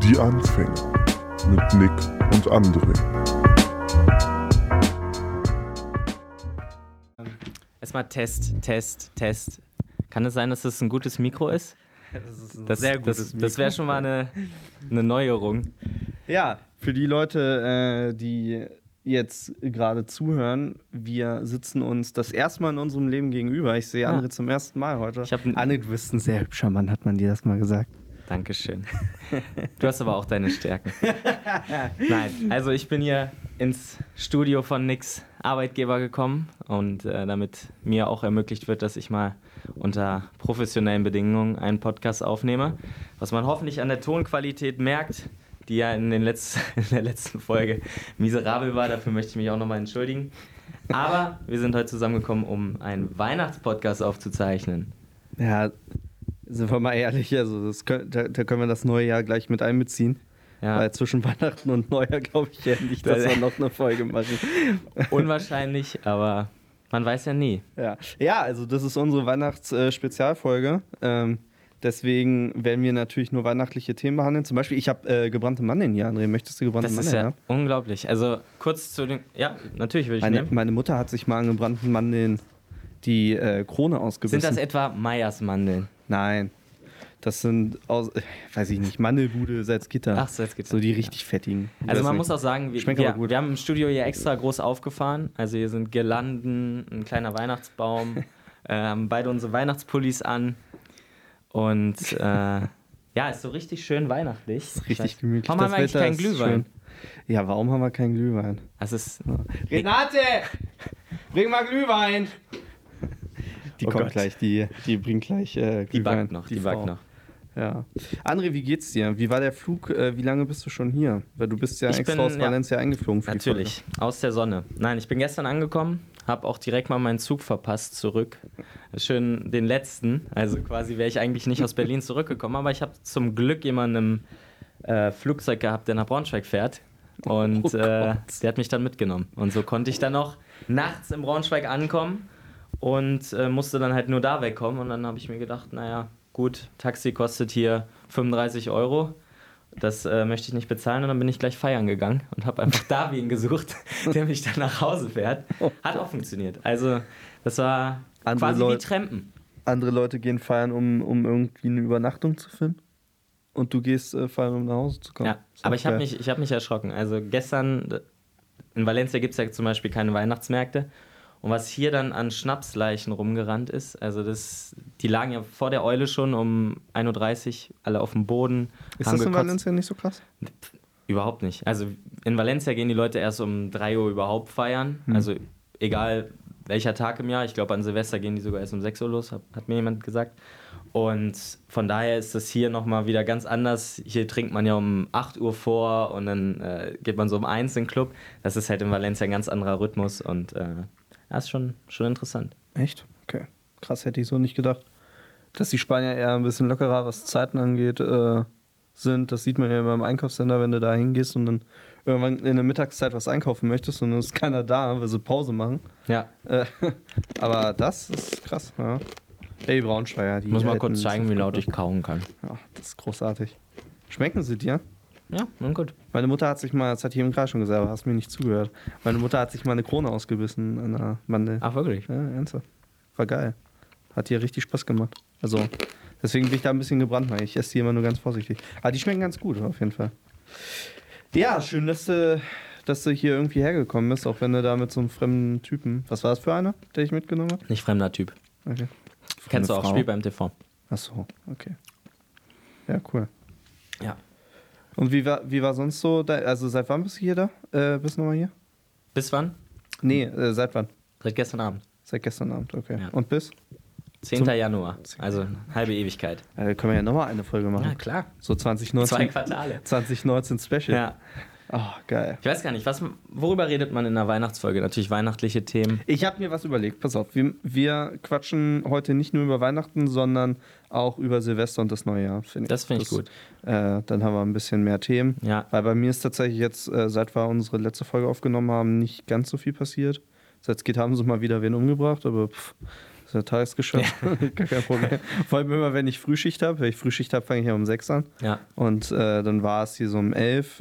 Die Anfänger mit Nick und André. Erstmal Test. Kann es sein, dass das ein gutes Mikro ist? Das ist ein sehr gutes Mikro. Das wäre schon mal eine Neuerung. Ja, für die Leute, die jetzt gerade zuhören, wir sitzen uns das erste Mal in unserem Leben gegenüber. Ich sehe André zum ersten Mal heute. André, du bist ein sehr hübscher Mann, hat man dir das mal gesagt. Dankeschön. Du hast aber auch deine Stärken. Nein, also ich bin hier ins Studio von Nicks Arbeitgeber gekommen und damit mir auch ermöglicht wird, dass ich mal unter professionellen Bedingungen einen Podcast aufnehme, was man hoffentlich an der Tonqualität merkt, die ja in der letzten Folge miserabel war. Dafür möchte ich mich auch nochmal entschuldigen. Aber wir sind heute zusammengekommen, um einen Weihnachtspodcast aufzuzeichnen. Ja, sind wir mal ehrlich, also da können wir das neue Jahr gleich mit einbeziehen. Ja. Weil zwischen Weihnachten und Neujahr glaube ich ja nicht, dass wir noch eine Folge machen. Unwahrscheinlich, aber man weiß ja nie. Ja, also das ist unsere Weihnachts-Spezialfolge. Deswegen werden wir natürlich nur weihnachtliche Themen behandeln. Zum Beispiel, ich habe gebrannte Mandeln hier, André. Möchtest du gebrannte Mandeln haben? Das ist ja unglaublich. Also kurz zu den... Ja, natürlich will ich nehmen. Meine Mutter hat sich mal an gebrannten Mandeln die Krone ausgebissen. Sind das etwa Meyers Mandeln? Nein. Das sind aus, weiß ich nicht, Mandelbude, Salzgitter. Ach, Salzgitter. So die richtig fettigen. Also man muss auch sagen, wir haben im Studio hier extra groß aufgefahren. Also hier sind Girlanden, ein kleiner Weihnachtsbaum, haben beide unsere Weihnachtspullis an. Und ist so richtig schön weihnachtlich. Ist richtig gemütlich. Warum haben wir eigentlich keinen Glühwein? Ja, warum haben wir keinen Glühwein? Renate! Bring mal Glühwein! Die kommt gleich, die bringt gleich Glühwein. Die backt noch. Ja. André, wie geht's dir? Wie war der Flug? Wie lange bist du schon hier? Weil du bist ja extra aus Valencia eingeflogen. Für natürlich, aus der Sonne. Nein, ich bin gestern angekommen, habe auch direkt mal meinen Zug verpasst zurück. Schön den letzten. Also quasi wäre ich eigentlich nicht aus Berlin zurückgekommen, aber ich habe zum Glück jemanden im Flugzeug gehabt, der nach Braunschweig fährt. Und der hat mich dann mitgenommen. Und so konnte ich dann noch nachts in Braunschweig ankommen und musste dann halt nur da wegkommen. Und dann habe ich mir gedacht, naja, gut, Taxi kostet hier 35 €. Das möchte ich nicht bezahlen. Und dann bin ich gleich feiern gegangen und habe einfach Darwin gesucht, der mich dann nach Hause fährt. Hat auch funktioniert. Also das war quasi wie Trampen. Andere Leute gehen feiern, um irgendwie eine Übernachtung zu finden. Und du gehst feiern, um nach Hause zu kommen. Ja, aber ich habe mich erschrocken. Also gestern, in Valencia gibt es ja zum Beispiel keine Weihnachtsmärkte. Und was hier dann an Schnapsleichen rumgerannt ist, also die lagen ja vor der Eule schon um 1:30 Uhr alle auf dem Boden. Ist das in Valencia nicht so krass? Überhaupt nicht. Also in Valencia gehen die Leute erst um 3 Uhr überhaupt feiern. Also egal welcher Tag im Jahr. Ich glaube, an Silvester gehen die sogar erst um 6 Uhr los, hat mir jemand gesagt. Und von daher ist das hier nochmal wieder ganz anders. Hier trinkt man ja um 8 Uhr vor und dann geht man so um 1 in den Club. Das ist halt in Valencia ein ganz anderer Rhythmus und das ist schon interessant. Echt? Okay. Krass, hätte ich so nicht gedacht. Dass die Spanier eher ein bisschen lockerer, was Zeiten angeht, sind. Das sieht man ja immer im Einkaufscenter, wenn du da hingehst und dann irgendwann in der Mittagszeit was einkaufen möchtest und dann ist keiner da, weil sie Pause machen. Ja. Aber das ist krass, ja. Ey, Braunschweiger. Ich muss mal kurz zeigen, wie laut ich kauen kann. Ja, das ist großartig. Schmecken sie dir? Ja, nun gut. Meine Mutter hat sich mal, das hat hier im Kreis schon gesagt, aber hast mir nicht zugehört. Meine Mutter hat sich mal eine Krone ausgebissen an einer Mandel. Ach, wirklich? Ja, ernsthaft. War geil. Hat hier richtig Spaß gemacht. Also, deswegen bin ich da ein bisschen gebrannt, weil ich esse die immer nur ganz vorsichtig. Aber die schmecken ganz gut, auf jeden Fall. Ja, schön, dass du hier irgendwie hergekommen bist, auch wenn du da mit so einem fremden Typen. Was war das für einer, der ich mitgenommen habe? Nicht fremder Typ. Okay. Kennst du auch, Spiel beim TV. Ach so, okay. Ja, cool. Ja. Und wie war sonst so, also seit wann bist du hier da? Bist du nochmal hier? Bis wann? Nee, seit wann? Seit gestern Abend. Seit gestern Abend, okay. Ja. Und bis? 10. Januar, also halbe Ewigkeit. Können wir ja nochmal eine Folge machen. Ja, klar. So 2019. 2 Quartale. 2019 Special. Ja. Oh, geil. Ich weiß gar nicht, worüber redet man in einer Weihnachtsfolge? Natürlich weihnachtliche Themen. Ich habe mir was überlegt, pass auf. Wir quatschen heute nicht nur über Weihnachten, sondern auch über Silvester und das neue Jahr, finde ich. Das finde ich gut. Dann haben wir ein bisschen mehr Themen. Ja. Weil bei mir ist tatsächlich jetzt, seit wir unsere letzte Folge aufgenommen haben, nicht ganz so viel passiert. Seit es geht, haben sie mal wieder wen umgebracht, aber Das ist ja Tagesgeschäft. Gar kein Problem. Vor allem immer, wenn ich Frühschicht habe. Wenn ich Frühschicht habe, fange ich ja um 6 an. Ja. Und dann war es hier so um 11.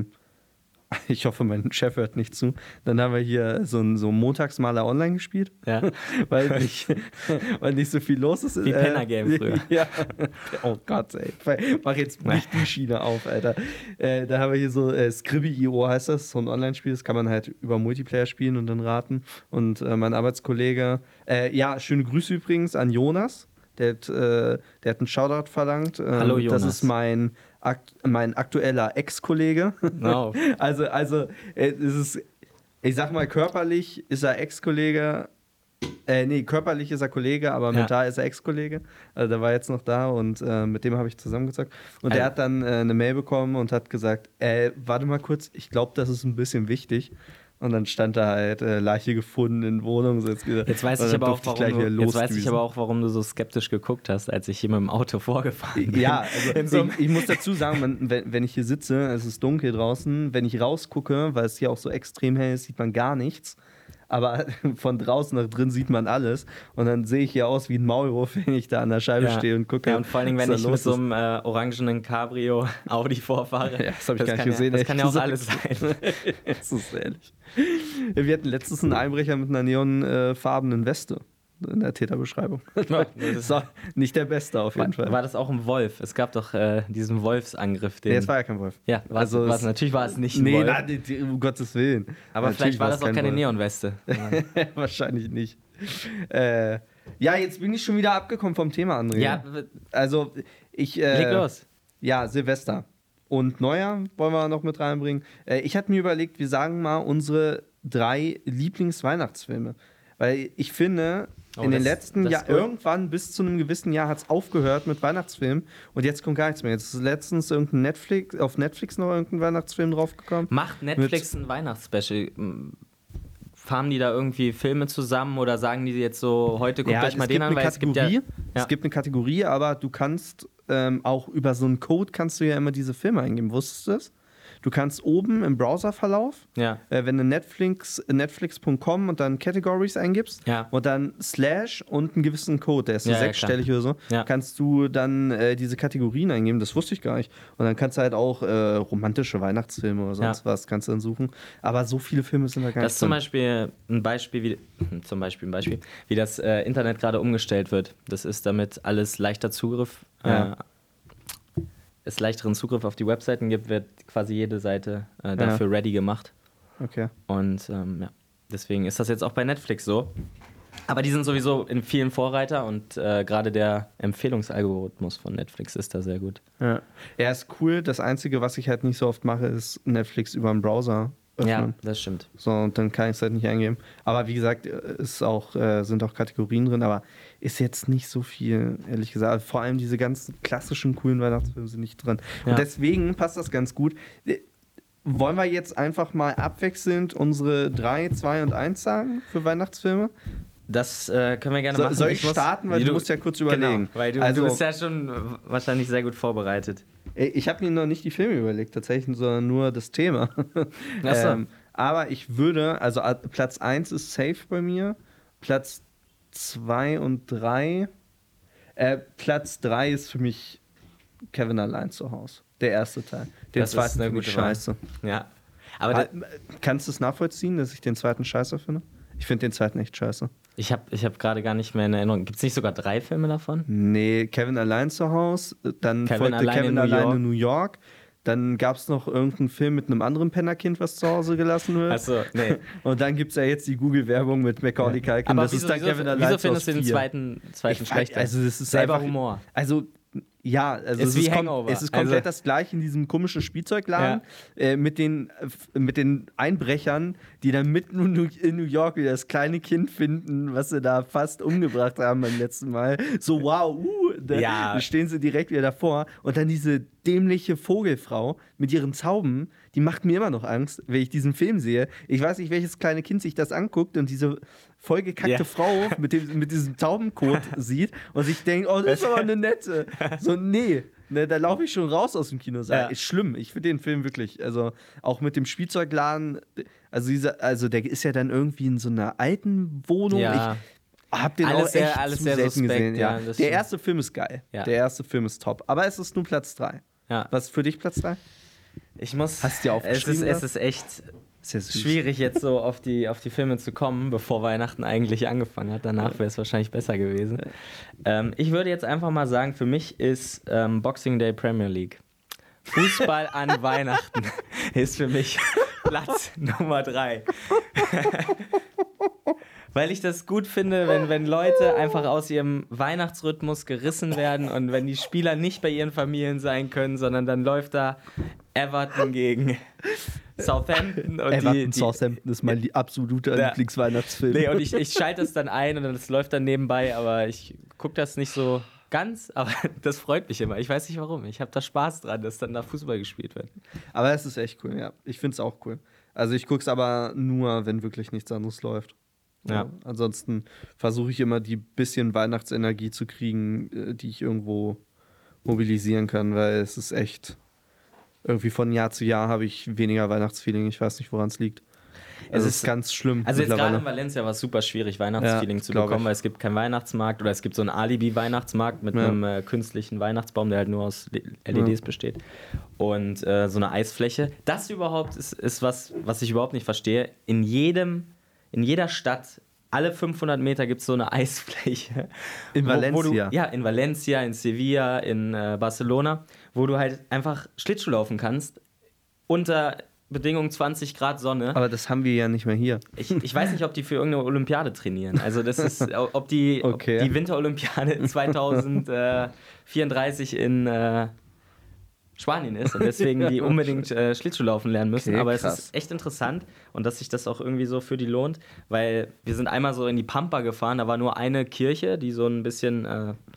Ich hoffe, mein Chef hört nicht zu. Dann haben wir hier so Montagsmaler online gespielt. Ja. weil nicht so viel los ist. Wie Penner-Game früher. Ja. Oh Gott, ey. Mach jetzt nicht die Schiene auf, Alter. Da haben wir hier so Scribby.io heißt das, so ein Online-Spiel. Das kann man halt über Multiplayer spielen und dann raten. Und mein Arbeitskollege, schöne Grüße übrigens an Jonas. Der hat einen Shoutout verlangt. Hallo Jonas. Das ist mein aktueller Ex-Kollege. No. Also es ist, ich sag mal, körperlich ist er Ex-Kollege. Körperlich ist er Kollege, aber mental ist er Ex-Kollege. Also der war jetzt noch da und mit dem habe ich zusammengezockt. Und der hat dann eine Mail bekommen und hat gesagt, warte mal kurz, ich glaube, das ist ein bisschen wichtig. Und dann stand da halt Leiche gefunden in Wohnung. So jetzt weiß ich aber auch, warum du so skeptisch geguckt hast, als ich hier mit dem Auto vorgefahren bin. Ja, also ich muss dazu sagen, wenn ich hier sitze, es ist dunkel draußen, wenn ich rausgucke, weil es hier auch so extrem hell ist, sieht man gar nichts. Aber von draußen nach drin sieht man alles. Und dann sehe ich hier aus wie ein Maulwurf, wenn ich da an der Scheibe stehe und gucke. Ja, und vor allen Dingen, wenn ich mit so einem orangenen Cabrio Audi vorfahre. Ja, das habe ich gar nicht gesehen. Das kann ja auch alles sein. Das ist ehrlich. Wir hatten letztens einen Einbrecher mit einer neonfarbenen Weste in der Täterbeschreibung. Das war nicht der Beste auf jeden Fall. War das auch ein Wolf? Es gab doch diesen Wolfsangriff. Nee, es war ja kein Wolf. Ja, natürlich war es nicht ein Wolf. Nein, um Gottes Willen. Aber natürlich vielleicht war das auch keine Neonweste. Wahrscheinlich nicht. Jetzt bin ich schon wieder abgekommen vom Thema, André. Ja. Also, leg los. Ja, Silvester. Und Neujahr wollen wir noch mit reinbringen. Ich hatte mir überlegt, wir sagen mal unsere 3 Lieblingsweihnachtsfilme. Weil ich finde, in den letzten Jahren, irgendwann bis zu einem gewissen Jahr hat es aufgehört mit Weihnachtsfilmen und jetzt kommt gar nichts mehr. Jetzt ist letztens auf Netflix noch irgendein Weihnachtsfilm draufgekommen. Macht Netflix ein Weihnachtsspecial? Fahren die da irgendwie Filme zusammen oder sagen die jetzt so, heute guckt euch mal den an? Weil es gibt eine Kategorie, aber du kannst auch über so einen Code kannst du ja immer diese Filme eingeben. Wusstest du das? Du kannst oben im Browserverlauf, wenn du netflix.com und dann Categories eingibst und dann / und einen gewissen Code, der ist so 6-stellig oder so, kannst du dann diese Kategorien eingeben. Das wusste ich gar nicht. Und dann kannst du halt auch romantische Weihnachtsfilme oder sonst was kannst du dann suchen. Aber so viele Filme sind da gar nicht. Das ist zum Beispiel ein Beispiel, wie das Internet gerade umgestellt wird. Das ist damit alles leichter Zugriff es leichteren Zugriff auf die Webseiten gibt, wird quasi jede Seite dafür ready gemacht. Okay. Und deswegen ist das jetzt auch bei Netflix so. Aber die sind sowieso in vielen Vorreiter und gerade der Empfehlungsalgorithmus von Netflix ist da sehr gut. Ja, ist cool. Das Einzige, was ich halt nicht so oft mache, ist Netflix über den Browser öffnen. Ja, das stimmt. So, und dann kann ich es halt nicht eingeben. Aber wie gesagt, sind auch Kategorien drin, aber ist jetzt nicht so viel, ehrlich gesagt. Vor allem diese ganzen klassischen, coolen Weihnachtsfilme sind nicht drin. Ja. Und deswegen passt das ganz gut. Wollen wir jetzt einfach mal abwechselnd unsere 3, 2 und 1 sagen für Weihnachtsfilme? Das können wir gerne machen. Soll ich starten? Weil du musst ja kurz überlegen. Genau, weil du bist ja schon wahrscheinlich sehr gut vorbereitet. Ich habe mir noch nicht die Filme überlegt, tatsächlich, sondern nur das Thema. Achso. Aber ich würde, also Platz 1 ist safe bei mir, Platz 2 und 3. Platz 3 ist für mich Kevin allein zu Hause. Der erste Teil. Den zweiten finde ich scheiße. Ja. Aber kannst du es nachvollziehen, dass ich den zweiten scheiße finde? Ich finde den zweiten echt scheiße. Ich hab gerade gar nicht mehr in Erinnerung. Gibt es nicht sogar 3 Filme davon? Nee, Kevin allein zu Hause, dann folgte Kevin allein in New York. Dann gab es noch irgendeinen Film mit einem anderen Pennerkind, was zu Hause gelassen wird. Achso, nee. Und dann gibt es ja jetzt die Google-Werbung mit Macaulay Culkin. Aber das ist dann Kevin allein zu Hause. Wieso findest du den zweiten schlechter? Also das ist selber einfach, Humor. Also ja, also es ist komplett das gleiche in diesem komischen Spielzeugladen mit den Einbrechern, die dann mitten in New York wieder das kleine Kind finden, was sie da fast umgebracht haben beim letzten Mal. So wow, da stehen sie direkt wieder davor. Und dann diese dämliche Vogelfrau mit ihren Zauben, die macht mir immer noch Angst, wenn ich diesen Film sehe. Ich weiß nicht, welches kleine Kind sich das anguckt und diese vollgekackte Frau mit diesem Taubenkot sieht und sich denkt, oh, das ist aber eine nette. So, nee, da laufe ich schon raus aus dem Kinosaal. Ja. Ist schlimm. Ich finde den Film wirklich, also auch mit dem Spielzeugladen, also der ist ja dann irgendwie in so einer alten Wohnung. Ja. hab den Alles auch sehr- echt alles zu sehr selten suspekt, gesehen. ja, Ja. das Der stimmt. erste Film ist geil. Ja. Der erste Film ist top. Aber es ist nur Platz 3. Ja. Was ist für dich Platz 3? Ich muss. Hast du dir aufgeschrieben, Es ist echt Sehr süß. schwierig, jetzt so auf die Filme zu kommen, bevor Weihnachten eigentlich angefangen hat. Danach wäre es wahrscheinlich besser gewesen. Ich würde jetzt einfach mal sagen, für mich ist Boxing Day Premier League. Fußball an Weihnachten ist für mich Platz Nummer 3. Weil ich das gut finde, wenn Leute einfach aus ihrem Weihnachtsrhythmus gerissen werden und wenn die Spieler nicht bei ihren Familien sein können, sondern dann läuft da Everton gegen Southampton. Und Everton Southampton ist mein absoluter Ja. Lieblingsweihnachtsfilm. Nee, und ich schalte es dann ein und das läuft dann nebenbei, aber ich gucke das nicht so ganz, aber das freut mich immer. Ich weiß nicht warum. Ich habe da Spaß dran, dass dann da Fußball gespielt wird. Aber es ist echt cool, ja. Ich finde es auch cool. Also ich gucke es aber nur, wenn wirklich nichts anderes läuft. Ja. Ansonsten versuche ich immer die bisschen Weihnachtsenergie zu kriegen, die ich irgendwo mobilisieren kann, weil es ist echt irgendwie von Jahr zu Jahr habe ich weniger Weihnachtsfeeling. Ich weiß nicht, woran es liegt. Es ist ganz schlimm. Also jetzt gerade mittlerweile. in Valencia war es super schwierig, Weihnachtsfeeling Ja, zu glaub bekommen, ich. weil es gibt keinen Weihnachtsmarkt oder es gibt so einen Alibi-Weihnachtsmarkt mit Ja. einem künstlichen Weihnachtsbaum, der halt nur aus LEDs besteht. Und so eine Eisfläche. Das überhaupt ist was ich überhaupt nicht verstehe. In jeder Stadt, alle 500 Meter gibt es so eine Eisfläche. In Valencia? Ja, in Valencia, in Sevilla, in Barcelona, wo du halt einfach Schlittschuh laufen kannst unter Bedingungen 20 Grad Sonne. Aber das haben wir ja nicht mehr hier. Ich weiß nicht, ob die für irgendeine Olympiade trainieren. Also das ist, ob die Winterolympiade 2034 in Spanien ist und deswegen die unbedingt Schlittschuhlaufen lernen müssen. Okay, aber krass. es ist echt interessant und dass sich das auch irgendwie so für die lohnt, weil wir sind einmal so in die Pampa gefahren, da war nur eine Kirche, die so ein bisschen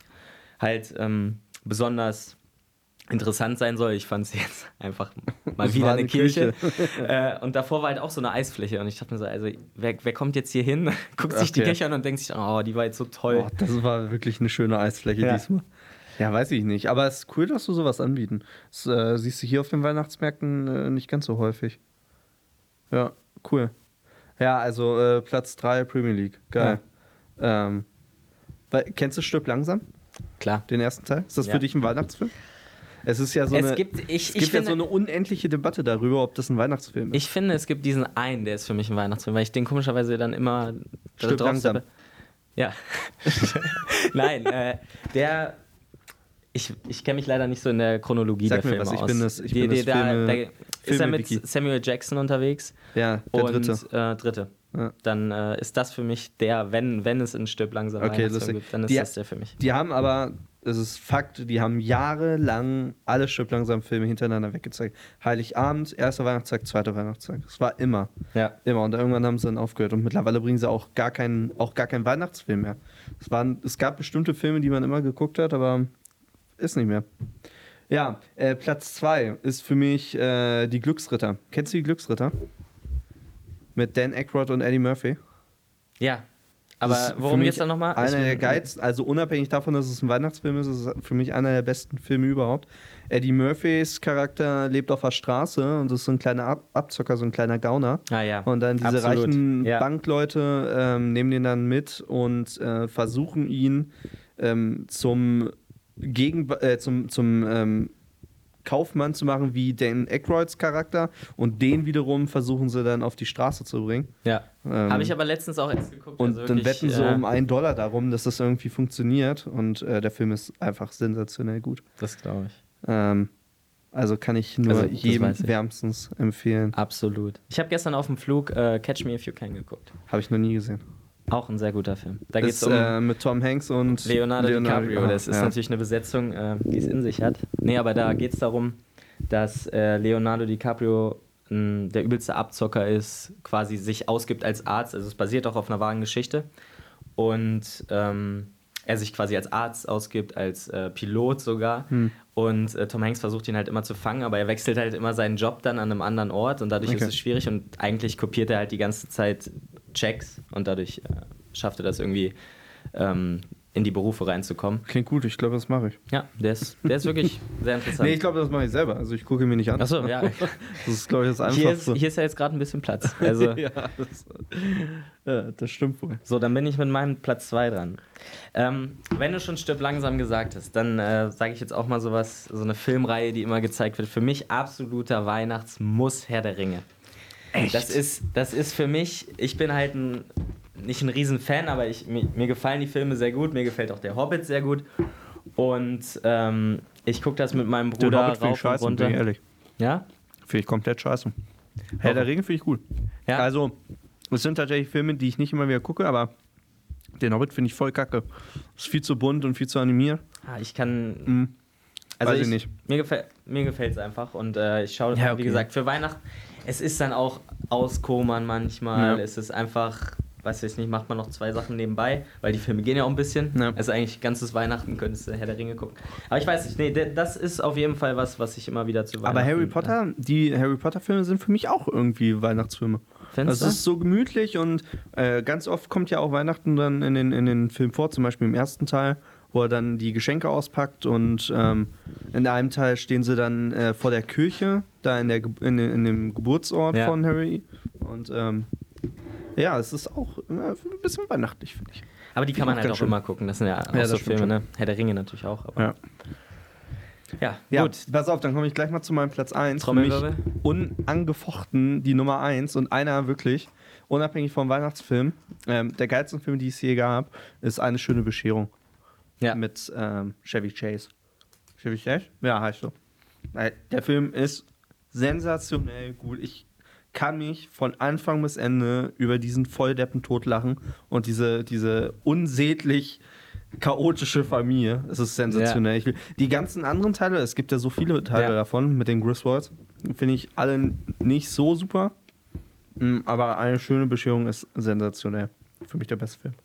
besonders interessant sein soll. Ich fand es jetzt einfach mal Es wieder war eine eine Kirche. Und davor war halt auch so eine Eisfläche. Und ich dachte mir so, also wer kommt jetzt hier hin, guckt sich die Okay. Kirche an und denkt sich, oh, die war jetzt so toll. Oh, das war wirklich eine schöne Eisfläche Ja. diesmal. Ja, weiß ich nicht. Aber es ist cool, dass du sowas anbieten. Das siehst du hier auf den Weihnachtsmärkten nicht ganz so häufig. Ja, cool. Ja, also Platz 3 Premier League. Geil. Kennst du Stirb langsam? Klar. Den ersten Teil? Ist das Ja. für dich ein Weihnachtsfilm? Es ist ja so Es eine, gibt, es gibt ja so eine unendliche Debatte darüber, ob das ein Weihnachtsfilm ist. Ich finde, es gibt diesen einen, der ist für mich ein Weihnachtsfilm, weil ich den komischerweise dann immer Stirb drauf langsam. steppe. Ja. Nein, ich kenne mich leider nicht so in der Chronologie Sag der mir Filme was, ich aus. bin das Filme- Da ist er Filme-Wiki. mit Samuel Jackson unterwegs. Ja, der und, dritte. Dritte. Ja. Dann ist das für mich der, wenn es in Stirb langsam Okay, Weihnachtsfilm lustig. gibt, dann ist Die- das der für mich. Die haben aber, das ist Fakt, die haben jahrelang alle Stirb langsam Filme hintereinander weggezeigt. Heiligabend, erster Weihnachtstag, zweiter Weihnachtstag. Das war immer. Ja. Immer. Und irgendwann haben sie dann aufgehört. Und mittlerweile bringen sie auch gar keinen Weihnachtsfilm mehr. Es gab bestimmte Filme, die man immer geguckt hat, aber ist nicht mehr. Ja, Platz 2 ist für mich die Glücksritter. Kennst du die Glücksritter? Mit Dan Aykroyd und Eddie Murphy. Ja. Das Aber ist für worum mich geht's da nochmal? Einer der geilsten, also unabhängig davon, dass es ein Weihnachtsfilm ist, ist es für mich einer der besten Filme überhaupt. Eddie Murphys Charakter lebt auf der Straße und ist so ein kleiner Abzocker, so ein kleiner Gauner. Ah ja. Und dann diese Absolut. reichen Ja. Bankleute nehmen den dann mit und versuchen ihn zum Kaufmann zu machen wie Dan Aykroyds Charakter und den wiederum versuchen sie dann auf die Straße zu bringen. Ja. Habe ich aber letztens auch erst geguckt. Und also dann wirklich, wetten sie um $1 darum, dass das irgendwie funktioniert und der Film ist einfach sensationell gut. Das glaube ich. Also kann ich nur Also, das jedem weiß ich. wärmstens empfehlen. Absolut. Ich habe gestern auf dem Flug Catch Me If You Can geguckt. Habe ich noch nie gesehen. Auch ein sehr guter Film. Da geht es Ist um mit Tom Hanks und Leonardo DiCaprio. Das ist ja. natürlich eine Besetzung, die es in sich hat. Nee, aber da geht es darum, dass Leonardo DiCaprio der übelste Abzocker ist, quasi sich ausgibt als Arzt. Also es basiert auch auf einer wahren Geschichte. Und er sich quasi als Arzt ausgibt, als Pilot sogar. Und Tom Hanks versucht ihn halt immer zu fangen, aber er wechselt halt immer seinen Job dann an einem anderen Ort und dadurch Okay. ist es schwierig und eigentlich kopiert er halt die ganze Zeit Checks und dadurch schafft er das irgendwie in die Berufe reinzukommen. Klingt gut, ich glaube, das mache ich. Ja, der ist wirklich sehr interessant. Nee, ich glaube, das mache ich selber. Also ich gucke mir nicht an. Achso, ja. Das ist, glaube ich, das Einfachste. Hier ist ja jetzt gerade ein bisschen Platz. Also, ja, das stimmt wohl. so, dann bin ich mit meinem Platz 2 dran. Wenn du schon Stirb langsam gesagt hast, dann sage ich jetzt auch mal so eine Filmreihe, die immer gezeigt wird. Für mich absoluter Weihnachtsmuss, Herr der Ringe. Echt? Das ist für mich, ich bin halt nicht ein Riesenfan, aber mir gefallen die Filme sehr gut, mir gefällt auch der Hobbit sehr gut und ich gucke das mit meinem Den Bruder Hobbit finde ich rauf und scheiße, runter. bin ich ehrlich. Ja? Finde ich komplett scheiße. Herr der Ringe finde ich gut. Ja. Also, es sind tatsächlich Filme, die ich nicht immer wieder gucke, aber den Hobbit finde ich voll kacke. Ist viel zu bunt und viel zu animiert. Ich kann... Also Weiß ich nicht. Mir gefällt es einfach und ich schaue das, Ja, okay. wie gesagt, für Weihnachten. Es ist dann auch auskommern manchmal. Ja. Es ist einfach, weiß ich nicht, macht man noch 2 Sachen nebenbei, weil die Filme gehen ja auch ein bisschen. Ja. Also eigentlich ganzes Weihnachten könntest du Herr der Ringe gucken. Aber ich weiß nicht, nee, das ist auf jeden Fall was ich immer wieder zu Weihnachten... Aber Harry Potter, die Harry Potter-Filme sind für mich auch irgendwie Weihnachtsfilme. Findest Das du? ist so gemütlich und ganz oft kommt ja auch Weihnachten dann in den Film vor, zum Beispiel im ersten Teil, wo er dann die Geschenke auspackt und in einem Teil stehen sie dann vor der Kirche, da in dem Geburtsort Ja. von Harry. Und ja, es ist auch ein bisschen weihnachtlich, finde ich. Aber die kann man Auch halt ganz auch schön. immer gucken. Das sind ja auch das so stimmt Filme, schon. ne? Herr der Ringe natürlich auch. Aber Ja. Ja, Gut, pass auf, dann komme ich gleich mal zu meinem Platz 1. Trommelwirbel. Unangefochten die Nummer 1 und einer wirklich, unabhängig vom Weihnachtsfilm, der geilste Film, die es je gab, ist Eine schöne Bescherung. Ja. Mit Chevy Chase. Chevy Chase? Ja, heißt so. Der Film ist sensationell gut. Ich kann mich von Anfang bis Ende über diesen Volldeppen totlachen und diese unsäglich chaotische Familie. Es ist sensationell. Ich will, die ganzen anderen Teile, es gibt ja so viele Teile davon mit den Griswolds, finde ich alle nicht so super. Aber Eine schöne Bescherung ist sensationell. Für mich der beste Film.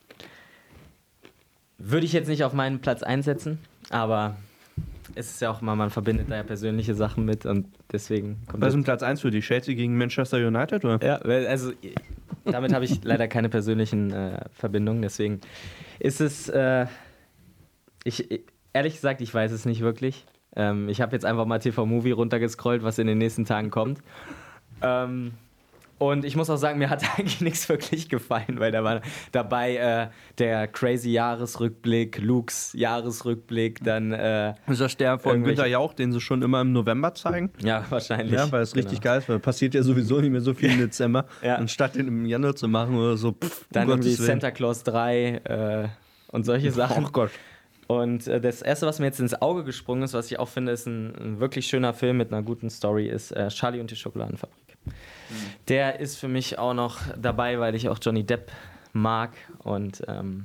Würde ich jetzt nicht auf meinen Platz einsetzen, aber es ist ja auch immer, man verbindet da ja persönliche Sachen mit und deswegen kommt Was ist das. denn Platz 1 für die? Chelsea gegen Manchester United, oder? Ja, also damit habe ich leider keine persönlichen Verbindungen, deswegen ist es, ehrlich gesagt, ich weiß es nicht wirklich. Ich habe jetzt einfach mal TV-Movie runtergescrollt, was in den nächsten Tagen kommt. Und ich muss auch sagen, mir hat eigentlich nichts wirklich gefallen, weil da war dabei der crazy Jahresrückblick, Lukes Jahresrückblick, dann Das ist der von Irgendwelche- Günther Jauch, den sie schon immer im November zeigen. ja, wahrscheinlich. Ja, weil es richtig geil ist, weil passiert ja sowieso nicht mehr so viel im Dezember. Ja. Anstatt den im Januar zu machen oder so. Dann um irgendwie Gottes Willen. Santa Claus 3 und solche Sachen. Oh Gott. Und das erste, was mir jetzt ins Auge gesprungen ist, was ich auch finde, ist ein wirklich schöner Film mit einer guten Story, ist Charlie und die Schokoladenfabrik. Der ist für mich auch noch dabei, weil ich auch Johnny Depp mag und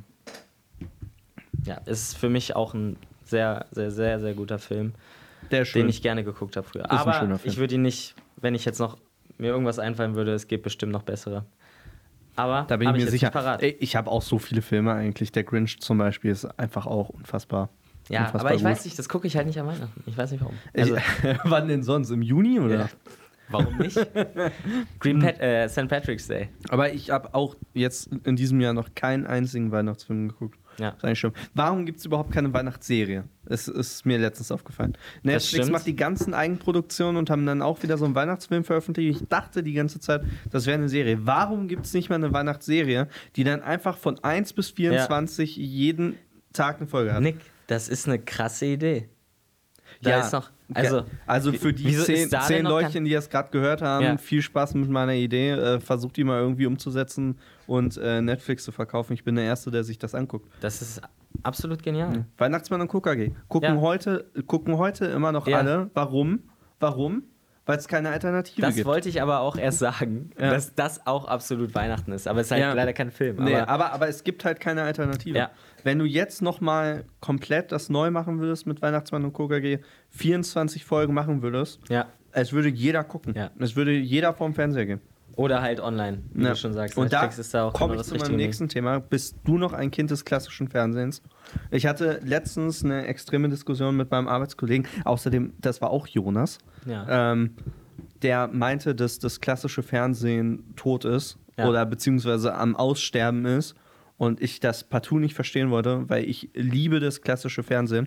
ja, ist für mich auch ein sehr, sehr, sehr, sehr guter Film, Der ist schön. den ich gerne geguckt habe früher. ein Aber schöner Film. ich würde ihn nicht, wenn ich jetzt noch mir irgendwas einfallen würde, es gibt bestimmt noch bessere. Aber Da bin ich hab mir jetzt sicher. nicht parat. Ey, ich habe auch so viele Filme eigentlich. Der Grinch zum Beispiel ist einfach auch unfassbar. Ja, unfassbar aber ich gut. weiß nicht, das gucke ich halt nicht an Weihnachten. Ich weiß nicht warum. Also, Also, wann denn sonst? Im Juni oder? ja, warum nicht? St. Patrick's Day. Aber ich habe auch jetzt in diesem Jahr noch keinen einzigen Weihnachtsfilm geguckt. Ja. Das ist eigentlich schlimm. Warum gibt es überhaupt keine Weihnachtsserie? Es ist mir letztens aufgefallen. Netflix stimmt. macht die ganzen Eigenproduktionen und haben dann auch wieder so einen Weihnachtsfilm veröffentlicht. Ich dachte die ganze Zeit, das wäre eine Serie. Warum gibt es nicht mal eine Weihnachtsserie, die dann einfach von 1 bis 24 jeden Tag eine Folge hat? Nick, das ist eine krasse Idee. Da Ja, ist noch, also für die wieso ist 10 da denn noch Leutchen, die das gerade gehört haben, Ja. viel Spaß mit meiner Idee. Versucht die mal irgendwie umzusetzen und Netflix zu verkaufen. Ich bin der Erste, der sich das anguckt. das ist absolut genial. Weihnachtsmann und KKG. Gucken heute immer noch Ja. alle. Warum? Weil es keine Alternative Das gibt. wollte ich aber auch erst sagen, Ja. dass das auch absolut Weihnachten ist. Aber es ist halt Ja. leider kein Film. Nee, aber aber es gibt halt keine Alternative. Ja. Wenn du jetzt nochmal komplett das neu machen würdest mit Weihnachtsmann und KKG, 24 Folgen machen würdest, ja. es würde jeder gucken. Ja. Es würde jeder vorm Fernseher gehen. Oder halt online, wie Ja. du schon sagst. Und Netflix da ist da auch komme genau ich das zu meinem richtige nächsten Thema. Bist du noch ein Kind des klassischen Fernsehens? Ich hatte letztens eine extreme Diskussion mit meinem Arbeitskollegen. Außerdem, das war auch Jonas. Ja. Der meinte, dass das klassische Fernsehen tot ist Ja. oder beziehungsweise am Aussterben ist. und ich das partout nicht verstehen wollte, weil ich liebe das klassische Fernsehen.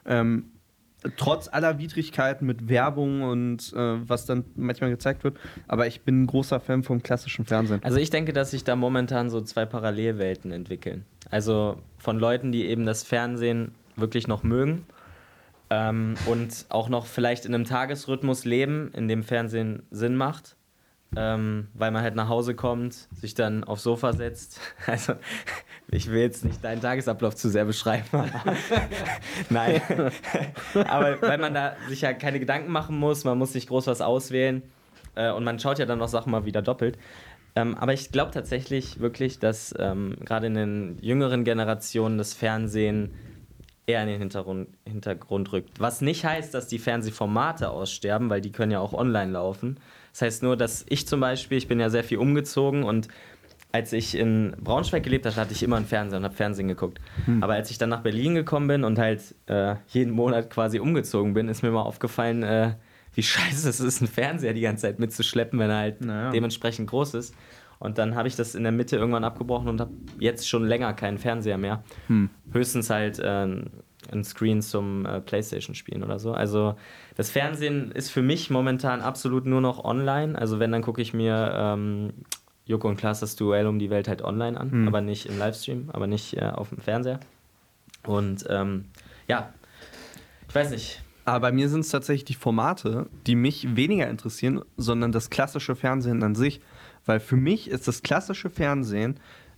Trotz aller Widrigkeiten mit Werbung und was dann manchmal gezeigt wird. Aber ich bin ein großer Fan vom klassischen Fernsehen. Also ich denke, dass sich da momentan so 2 Parallelwelten entwickeln. Also von Leuten, die eben das Fernsehen wirklich noch mögen und auch noch vielleicht in einem Tagesrhythmus leben, in dem Fernsehen Sinn macht. Weil man halt nach Hause kommt, sich dann aufs Sofa setzt. Also, ich will jetzt nicht deinen Tagesablauf zu sehr beschreiben. Nein. Aber weil man da sich ja keine Gedanken machen muss, man muss nicht groß was auswählen und man schaut ja dann noch Sachen mal wieder doppelt. Aber ich glaube tatsächlich wirklich, dass gerade in den jüngeren Generationen das Fernsehen eher in den Hintergrund rückt. Was nicht heißt, dass die Fernsehformate aussterben, weil die können ja auch online laufen. Das heißt nur, dass ich zum Beispiel, ich bin ja sehr viel umgezogen und als ich in Braunschweig gelebt habe, hatte ich immer einen Fernseher und habe Fernsehen geguckt. Aber als ich dann nach Berlin gekommen bin und halt jeden Monat quasi umgezogen bin, ist mir mal aufgefallen, wie scheiße es ist, einen Fernseher die ganze Zeit mitzuschleppen, wenn er halt dementsprechend groß ist. Und dann habe ich das in der Mitte irgendwann abgebrochen und habe jetzt schon länger keinen Fernseher mehr. Höchstens halt ein Screen zum Playstation-Spielen oder so. Also das Fernsehen ist für mich momentan absolut nur noch online. Also wenn, dann gucke ich mir Joko und Klaas das Duell um die Welt halt online an, aber nicht im Livestream, aber nicht auf dem Fernseher. Und ja, ich weiß nicht. Aber bei mir sind es tatsächlich die Formate, die mich weniger interessieren, sondern das klassische Fernsehen an sich. Weil für mich ist das klassische Fernsehen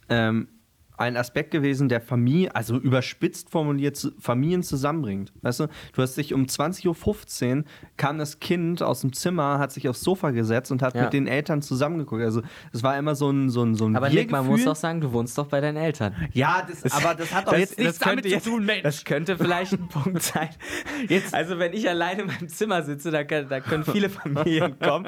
ein Aspekt gewesen, der Familie, also überspitzt formuliert, Familien zusammenbringt. Weißt du, du hast dich um 20.15 Uhr, kam das Kind aus dem Zimmer, hat sich aufs Sofa gesetzt und hat mit den Eltern zusammengeguckt. Also es war immer so ein Aber Nick, man muss doch sagen, du wohnst doch bei deinen Eltern. Ja, aber das hat doch jetzt nichts damit zu tun, Mensch. Das könnte vielleicht ein Punkt sein. Also wenn ich alleine in meinem Zimmer sitze, da können viele Familien kommen.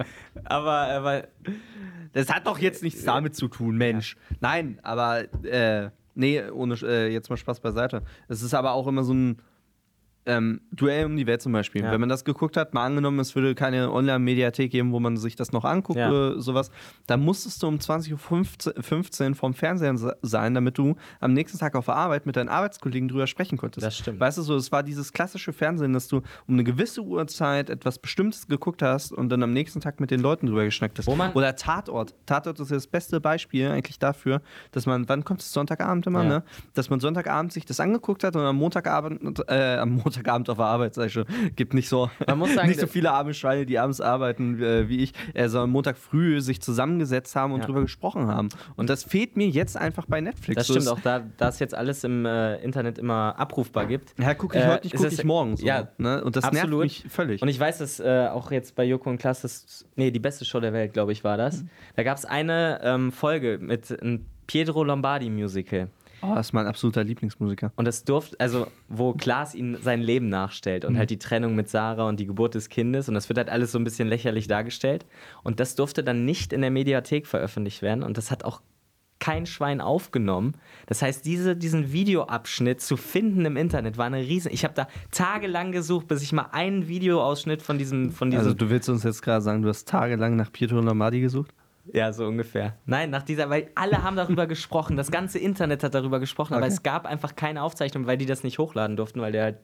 Aber das hat doch jetzt nichts damit zu tun, Mensch. Ja. Nein, aber nee, ohne jetzt mal Spaß beiseite. Es ist aber auch immer so ein Duell um die Welt zum Beispiel. Ja. Wenn man das geguckt hat, mal angenommen, es würde keine Online-Mediathek geben, wo man sich das noch anguckt oder sowas, dann musstest du um 20.15 Uhr vorm Fernseher sein, damit du am nächsten Tag auf der Arbeit mit deinen Arbeitskollegen drüber sprechen konntest. Das stimmt. Weißt du, so, es war dieses klassische Fernsehen, dass du um eine gewisse Uhrzeit etwas Bestimmtes geguckt hast und dann am nächsten Tag mit den Leuten drüber geschnackt hast. Oder Tatort. Tatort ist das beste Beispiel eigentlich dafür, dass man, wann kommt es, Sonntagabend immer, ne? Dass man Sonntagabend sich das angeguckt hat und am Montagabend auf der Arbeit, sag ich schon. Gibt nicht so, man muss sagen, nicht so viele arme Schweine, die abends arbeiten wie ich, sondern am Montag früh sich zusammengesetzt haben und drüber gesprochen haben. Und das fehlt mir jetzt einfach bei Netflix. Das stimmt auch, da es jetzt alles im Internet immer abrufbar gibt. Ja, gucke ich heute nicht, gucke ich morgen. So, ja, ne? Und das absolut. nervt mich völlig. Und ich weiß, dass auch jetzt bei Joko und Klaas, die beste Show der Welt, glaube ich, war das. Da gab es eine Folge mit einem Pietro Lombardi-Musical. Oh, das ist mein absoluter Lieblingsmusiker. Und das wo Klaas ihn sein Leben nachstellt und halt die Trennung mit Sarah und die Geburt des Kindes und das wird halt alles so ein bisschen lächerlich dargestellt. Und das durfte dann nicht in der Mediathek veröffentlicht werden und das hat auch kein Schwein aufgenommen. Das heißt, diesen Videoabschnitt zu finden im Internet war eine riesen... Ich habe da tagelang gesucht, bis ich mal einen Videoausschnitt von diesem... Also du willst uns jetzt gerade sagen, du hast tagelang nach Pietro Lombardi gesucht? Ja, so ungefähr. Nein, weil alle haben darüber gesprochen, das ganze Internet hat darüber gesprochen, aber es gab einfach keine Aufzeichnung, weil die das nicht hochladen durften, weil der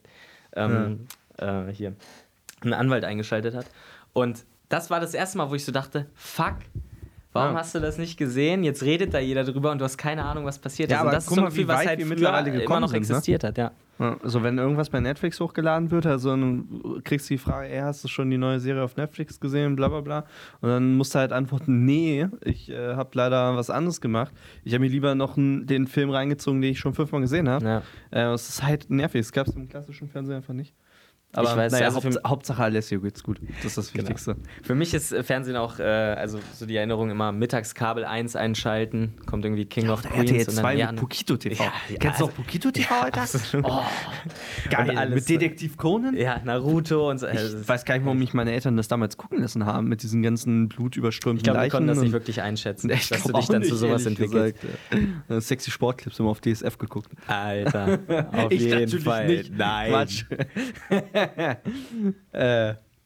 halt hier einen Anwalt eingeschaltet hat. Und das war das erste Mal, wo ich so dachte, fuck, warum hast du das nicht gesehen? Jetzt redet da jeder drüber und du hast keine Ahnung, was passiert ist. Aber und das ist so ein Gefühl, was halt mittlerweile immer noch existiert hat, ja. Also wenn irgendwas bei Netflix hochgeladen wird, also du kriegst die Frage, hast du schon die neue Serie auf Netflix gesehen, bla bla bla. Und dann musst du halt antworten, nee, ich habe leider was anderes gemacht. Ich habe mir lieber noch den Film reingezogen, den ich schon 5-mal gesehen habe. Ja. Das ist halt nervig, das gab es im klassischen Fernsehen einfach nicht. Aber ich weiß, naja, Hauptsache Alessio geht's gut. Das ist das Wichtigste. Genau. Für mich ist Fernsehen auch, also so die Erinnerung immer mittags Kabel 1 einschalten, kommt irgendwie King of Queens. RTL 2 mit Pokito TV. Kennst du noch Pokito TV, Alter? Oh, geil. Alles, mit Detektiv Conan? Ja, Naruto und so. Ich weiß gar nicht, warum mich meine Eltern das damals gucken lassen haben, mit diesen ganzen blutüberströmten Leichen. Ich glaube, wir konnten das nicht wirklich einschätzen, dass du dich dann zu sowas entwickelst. Sexy Sportclips immer auf DSF geguckt. Alter, auf jeden Fall. Nicht. Nein. Quatsch.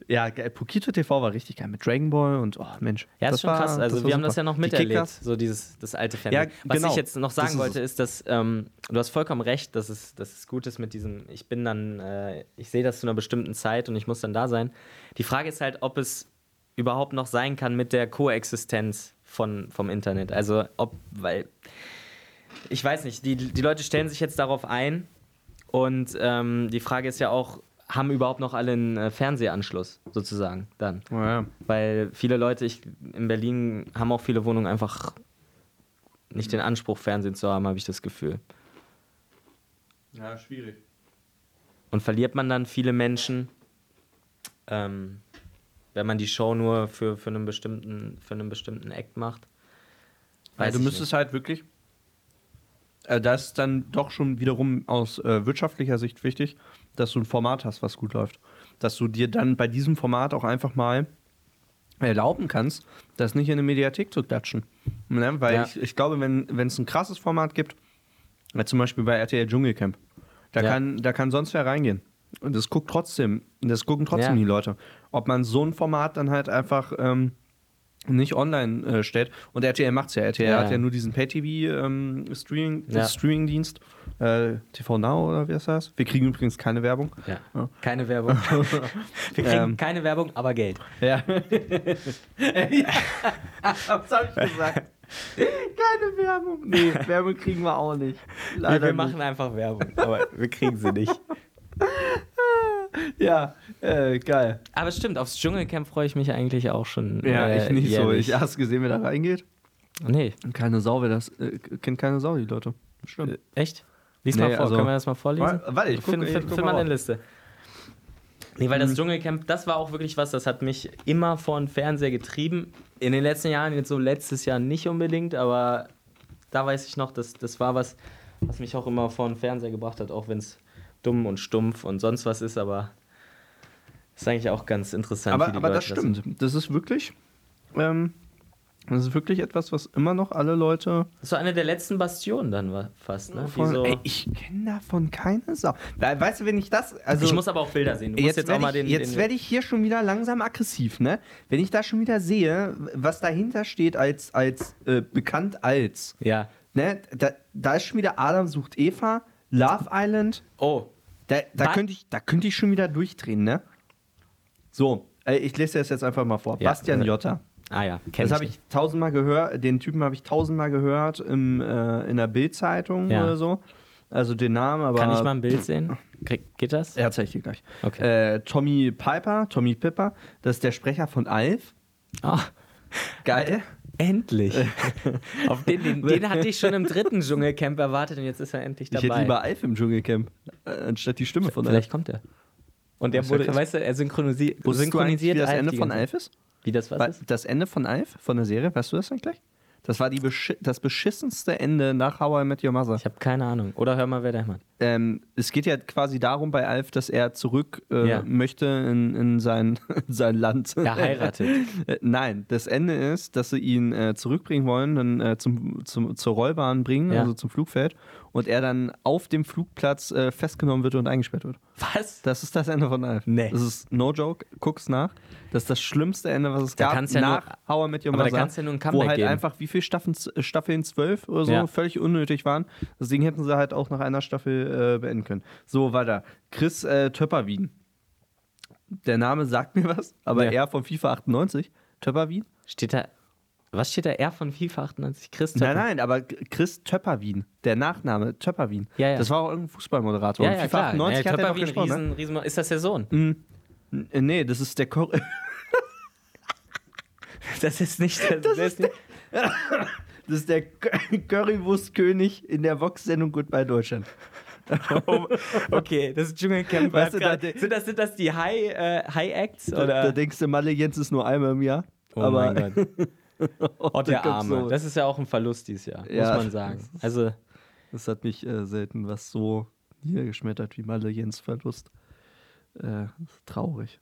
Ja, geil. Pokito TV war richtig geil mit Dragon Ball und oh Mensch. Ja, ist das schon war, krass. Also wir haben das ja noch Die miterlebt, Kickers. so das alte Fernsehen. Ja, Was genau. ich jetzt noch Das sagen ist wollte, ist, dass du hast vollkommen recht, dass es gut ist mit diesem, ich bin dann, ich sehe das zu einer bestimmten Zeit und ich muss dann da sein. Die Frage ist halt, ob es überhaupt noch sein kann mit der Koexistenz vom Internet. Also weil, ich weiß nicht, die Leute stellen sich jetzt darauf ein und die Frage ist ja auch, haben überhaupt noch alle einen Fernsehanschluss sozusagen dann? Oh, ja. Weil viele Leute, in Berlin haben auch viele Wohnungen einfach nicht den Anspruch, Fernsehen zu haben, habe ich das Gefühl. Ja, schwierig. Und verliert man dann viele Menschen, wenn man die Show nur für einen bestimmten Act macht? Weil du müsstest halt wirklich, das ist dann doch schon wiederum aus wirtschaftlicher Sicht wichtig, dass du ein Format hast, was gut läuft. Dass du dir dann bei diesem Format auch einfach mal erlauben kannst, das nicht in eine Mediathek zu klatschen. Ne? Weil Ja. ich glaube, wenn es ein krasses Format gibt, zum Beispiel bei RTL Dschungelcamp, da kann sonst wer reingehen. Und das gucken trotzdem Ja. die Leute. Ob man so ein Format dann halt einfach nicht online stellt. Und RTL macht's ja. RTL hat ja nur diesen Pay-TV-Streaming-Dienst. TV Now oder wie heißt das? Wir kriegen übrigens keine Werbung. Ja. Ja. Keine Werbung. Wir kriegen keine Werbung, aber Geld. Ja. Was hab ich gesagt? Keine Werbung. Nee, Werbung kriegen wir auch nicht. Leider Wir machen einfach Werbung, aber wir kriegen sie nicht. nicht. Ja, geil. Aber es stimmt, aufs Dschungelcamp freue ich mich eigentlich auch schon. Ja, ich nicht so. jährlich. Ich hast gesehen, wer da reingeht. Nee, Keine Sau, wer das kennt keine Sau, die Leute. Stimmt. echt? Lies Nee, mal vor, also- können wir das mal vorlesen? Warte, ich guck Find mal mal eine auf. Liste. Nee, weil das Dschungelcamp, das war auch wirklich was, das hat mich immer vor den Fernseher getrieben. In den letzten Jahren, jetzt so letztes Jahr nicht unbedingt, aber da weiß ich noch, das war was mich auch immer vor den Fernseher gebracht hat, auch wenn es dumm und stumpf und sonst was ist, aber ist eigentlich auch ganz interessant. wie die Aber Leute das stimmt. Das ist wirklich etwas, was immer noch alle Leute. Das ist so eine der letzten Bastionen dann war fast, ne? Die Von, so, ey, ich kenne davon keine Sau. Weißt du, wenn ich das. Also, ich muss aber auch Bilder sehen. Du musst jetzt auch mal jetzt werde ich hier schon wieder langsam aggressiv, ne? Wenn ich da schon wieder sehe, was dahinter steht als bekannt als. Ja. Ne? Da ist schon wieder Adam sucht Eva, Love Island. Oh. Da Was? könnte ich schon wieder durchdrehen, ne? So, ich lese das jetzt einfach mal vor. Ja. Bastian Jotta. Ah ja, kenn Das habe ich tausendmal gehört. Den Typen habe ich tausendmal gehört in der Bild-Zeitung Ja. oder so. Also den Namen, aber. Kann ich mal ein Bild sehen? Geht das? Ja, zeige ich dir gleich. Okay. Tommy Pipper, das ist der Sprecher von Alf. Ah, Geil. endlich. Auf den hatte ich schon im 3. Dschungelcamp erwartet und jetzt ist er endlich Ich dabei. hätte lieber Alf im Dschungelcamp, anstatt die Stimme von Alf. Vielleicht kommt er. Und der Das ist ja wurde, krass. weißt du, er synchronisiert Wusstest du eigentlich, wie das Alf Ende die von ganze Alf ist? Zeit. Wie das was ist? Das Ende von Alf, von der Serie, weißt du das eigentlich? Das war das beschissenste Ende nach How I Met Your Mother. Ich habe keine Ahnung. Oder hör mal, wer der macht. Es geht ja quasi darum bei Alf, dass er zurück Ja. möchte in sein Land. Er heiratet. Nein, das Ende ist, dass sie ihn zurückbringen wollen, dann zur Rollbahn bringen, Ja. also zum Flugfeld, und er dann auf dem Flugplatz festgenommen wird und eingesperrt wird. Was? Das ist das Ende von Alf. Nee. Das ist no joke, guck's nach. Das ist das schlimmste Ende, was es Da gab kann's ja nach nur- How I Met Your aber da Mother. kann's ja nur ein Wo Comeback halt geben. einfach, wie viele Staffeln 12 oder so, Ja. völlig unnötig waren. Deswegen hätten sie halt auch nach einer Staffel beenden können. So, weiter. Chris Töpperwien. Der Name sagt mir was, aber Ja. er von FIFA 98. Töpperwien? Was steht da? Er von FIFA 98? Chris Nein, nein, aber Chris Töpperwien. Der Nachname Töpperwien. Ja, ja. Das war auch irgendein Fußballmoderator. Ja, Und ja, FIFA klar. 98 hat er noch gesprochen. Riesen, ist das der Sohn? Ne? Nee, das ist der Das ist nicht der Das ist der Currywurstkönig in der Vox-Sendung Goodbye Deutschland. Okay, das Dschungelcamp. Weißt du, Sind das die High-Acts? Da denkst du, Malle Jens ist nur einmal im Jahr. Oh aber mein Gott. Oh, der da kommt's Arme. so. Das ist ja auch ein Verlust dieses Jahr, Ja, muss man sagen. Also, Das hat mich selten was so niedergeschmettert wie Malle Jens Verlust. Traurig.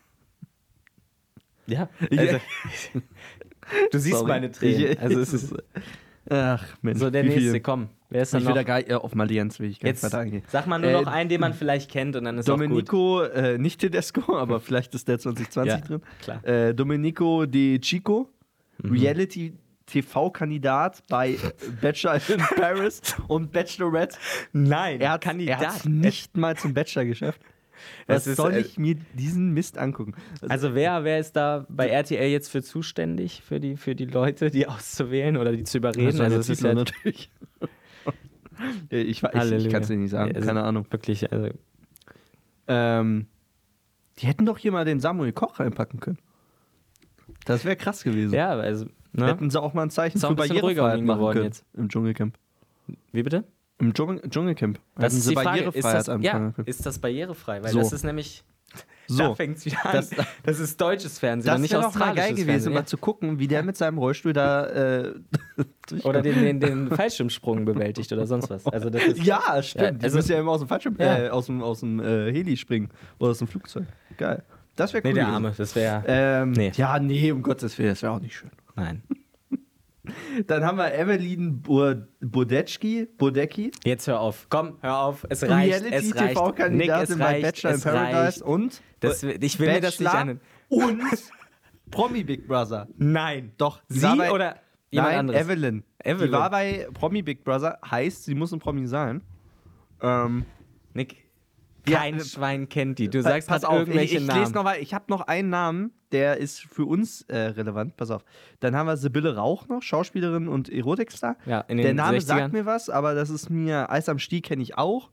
ja. Also, du siehst Sorry. meine Tränen. Also, es ist Ach, Mensch. so der wie nächste, viel? komm. Wer ist denn Ich will noch? da gar nicht, auf Malienz will ich gar nicht Jetzt weiter eingehen. sag mal nur noch einen, den man vielleicht kennt und dann ist auch gut. Domenico, nicht Tedesco, aber vielleicht ist der 2020 Ja, drin. klar. Domenico De Chico, Reality-TV-Kandidat bei Bachelor in Paris und Bachelorette. Nein, Er hat es nicht mal zum Bachelor geschafft. Das Was ist, soll ich mir diesen Mist angucken? Also wer ist da bei RTL jetzt für zuständig, für die Leute, die auszuwählen oder die zu überreden? Also es ist ja natürlich. Ich kann es dir nicht sagen, Also keine Ahnung. Wirklich, also Die hätten doch hier mal den Samuel Koch reinpacken können. Das wäre krass gewesen. ja, also ne? Hätten sie auch mal ein Zeichen Ist auch für ein bisschen ruhiger Barrierefreiheit um ihn machen geworden können jetzt. im Dschungelcamp. Wie bitte? Im Dschungelcamp. Das Hätten ist sie die Frage, Barrierefreiheit anfangen können. ist das barrierefrei? Weil So. das ist nämlich, da So, fängt es wieder an. Das ist deutsches Fernsehen und das nicht wäre doch mal australisches geil gewesen, Fernsehen. mal zu gucken, wie der mit seinem Rollstuhl da durchkommt. Oder den Fallschirmsprung bewältigt oder sonst was. Also das ist, Ja, stimmt. Ja, Die also- müssen ja immer aus dem Fallschirm, Ja. aus dem Heli springen. Oder aus dem Flugzeug. Geil. Das wäre cool. nee, der gewesen. Arme, das wäre, nee. Ja, nee, um Gottes Willen, das wäre auch nicht schön. nein. Dann haben wir Evelyn Bodecki. Jetzt hör auf, komm, hör auf, es reicht, es reicht. Nick, TV-Kandidatin es bei reicht, Bachelor in es Paradise reicht. und Ich will mir das nicht Bachelor an. und Promi Big Brother. Nein. Doch, Sie war bei, oder jemand nein, anderes? Evelyn. Evelyn. Die war bei Promi Big Brother, heißt, sie muss ein Promi sein. Nick, Ja, kein Schwein kennt die. Du sagst pass grad auf, irgendwelche ich Namen. lese noch mal, ich habe noch einen Namen, der ist für uns relevant. Pass auf. Dann haben wir Sibylle Rauch noch, Schauspielerin und Erotikstar. Ja, in den Der Name 60ern. sagt mir was, aber das ist mir, Eis am Stiel kenne ich auch.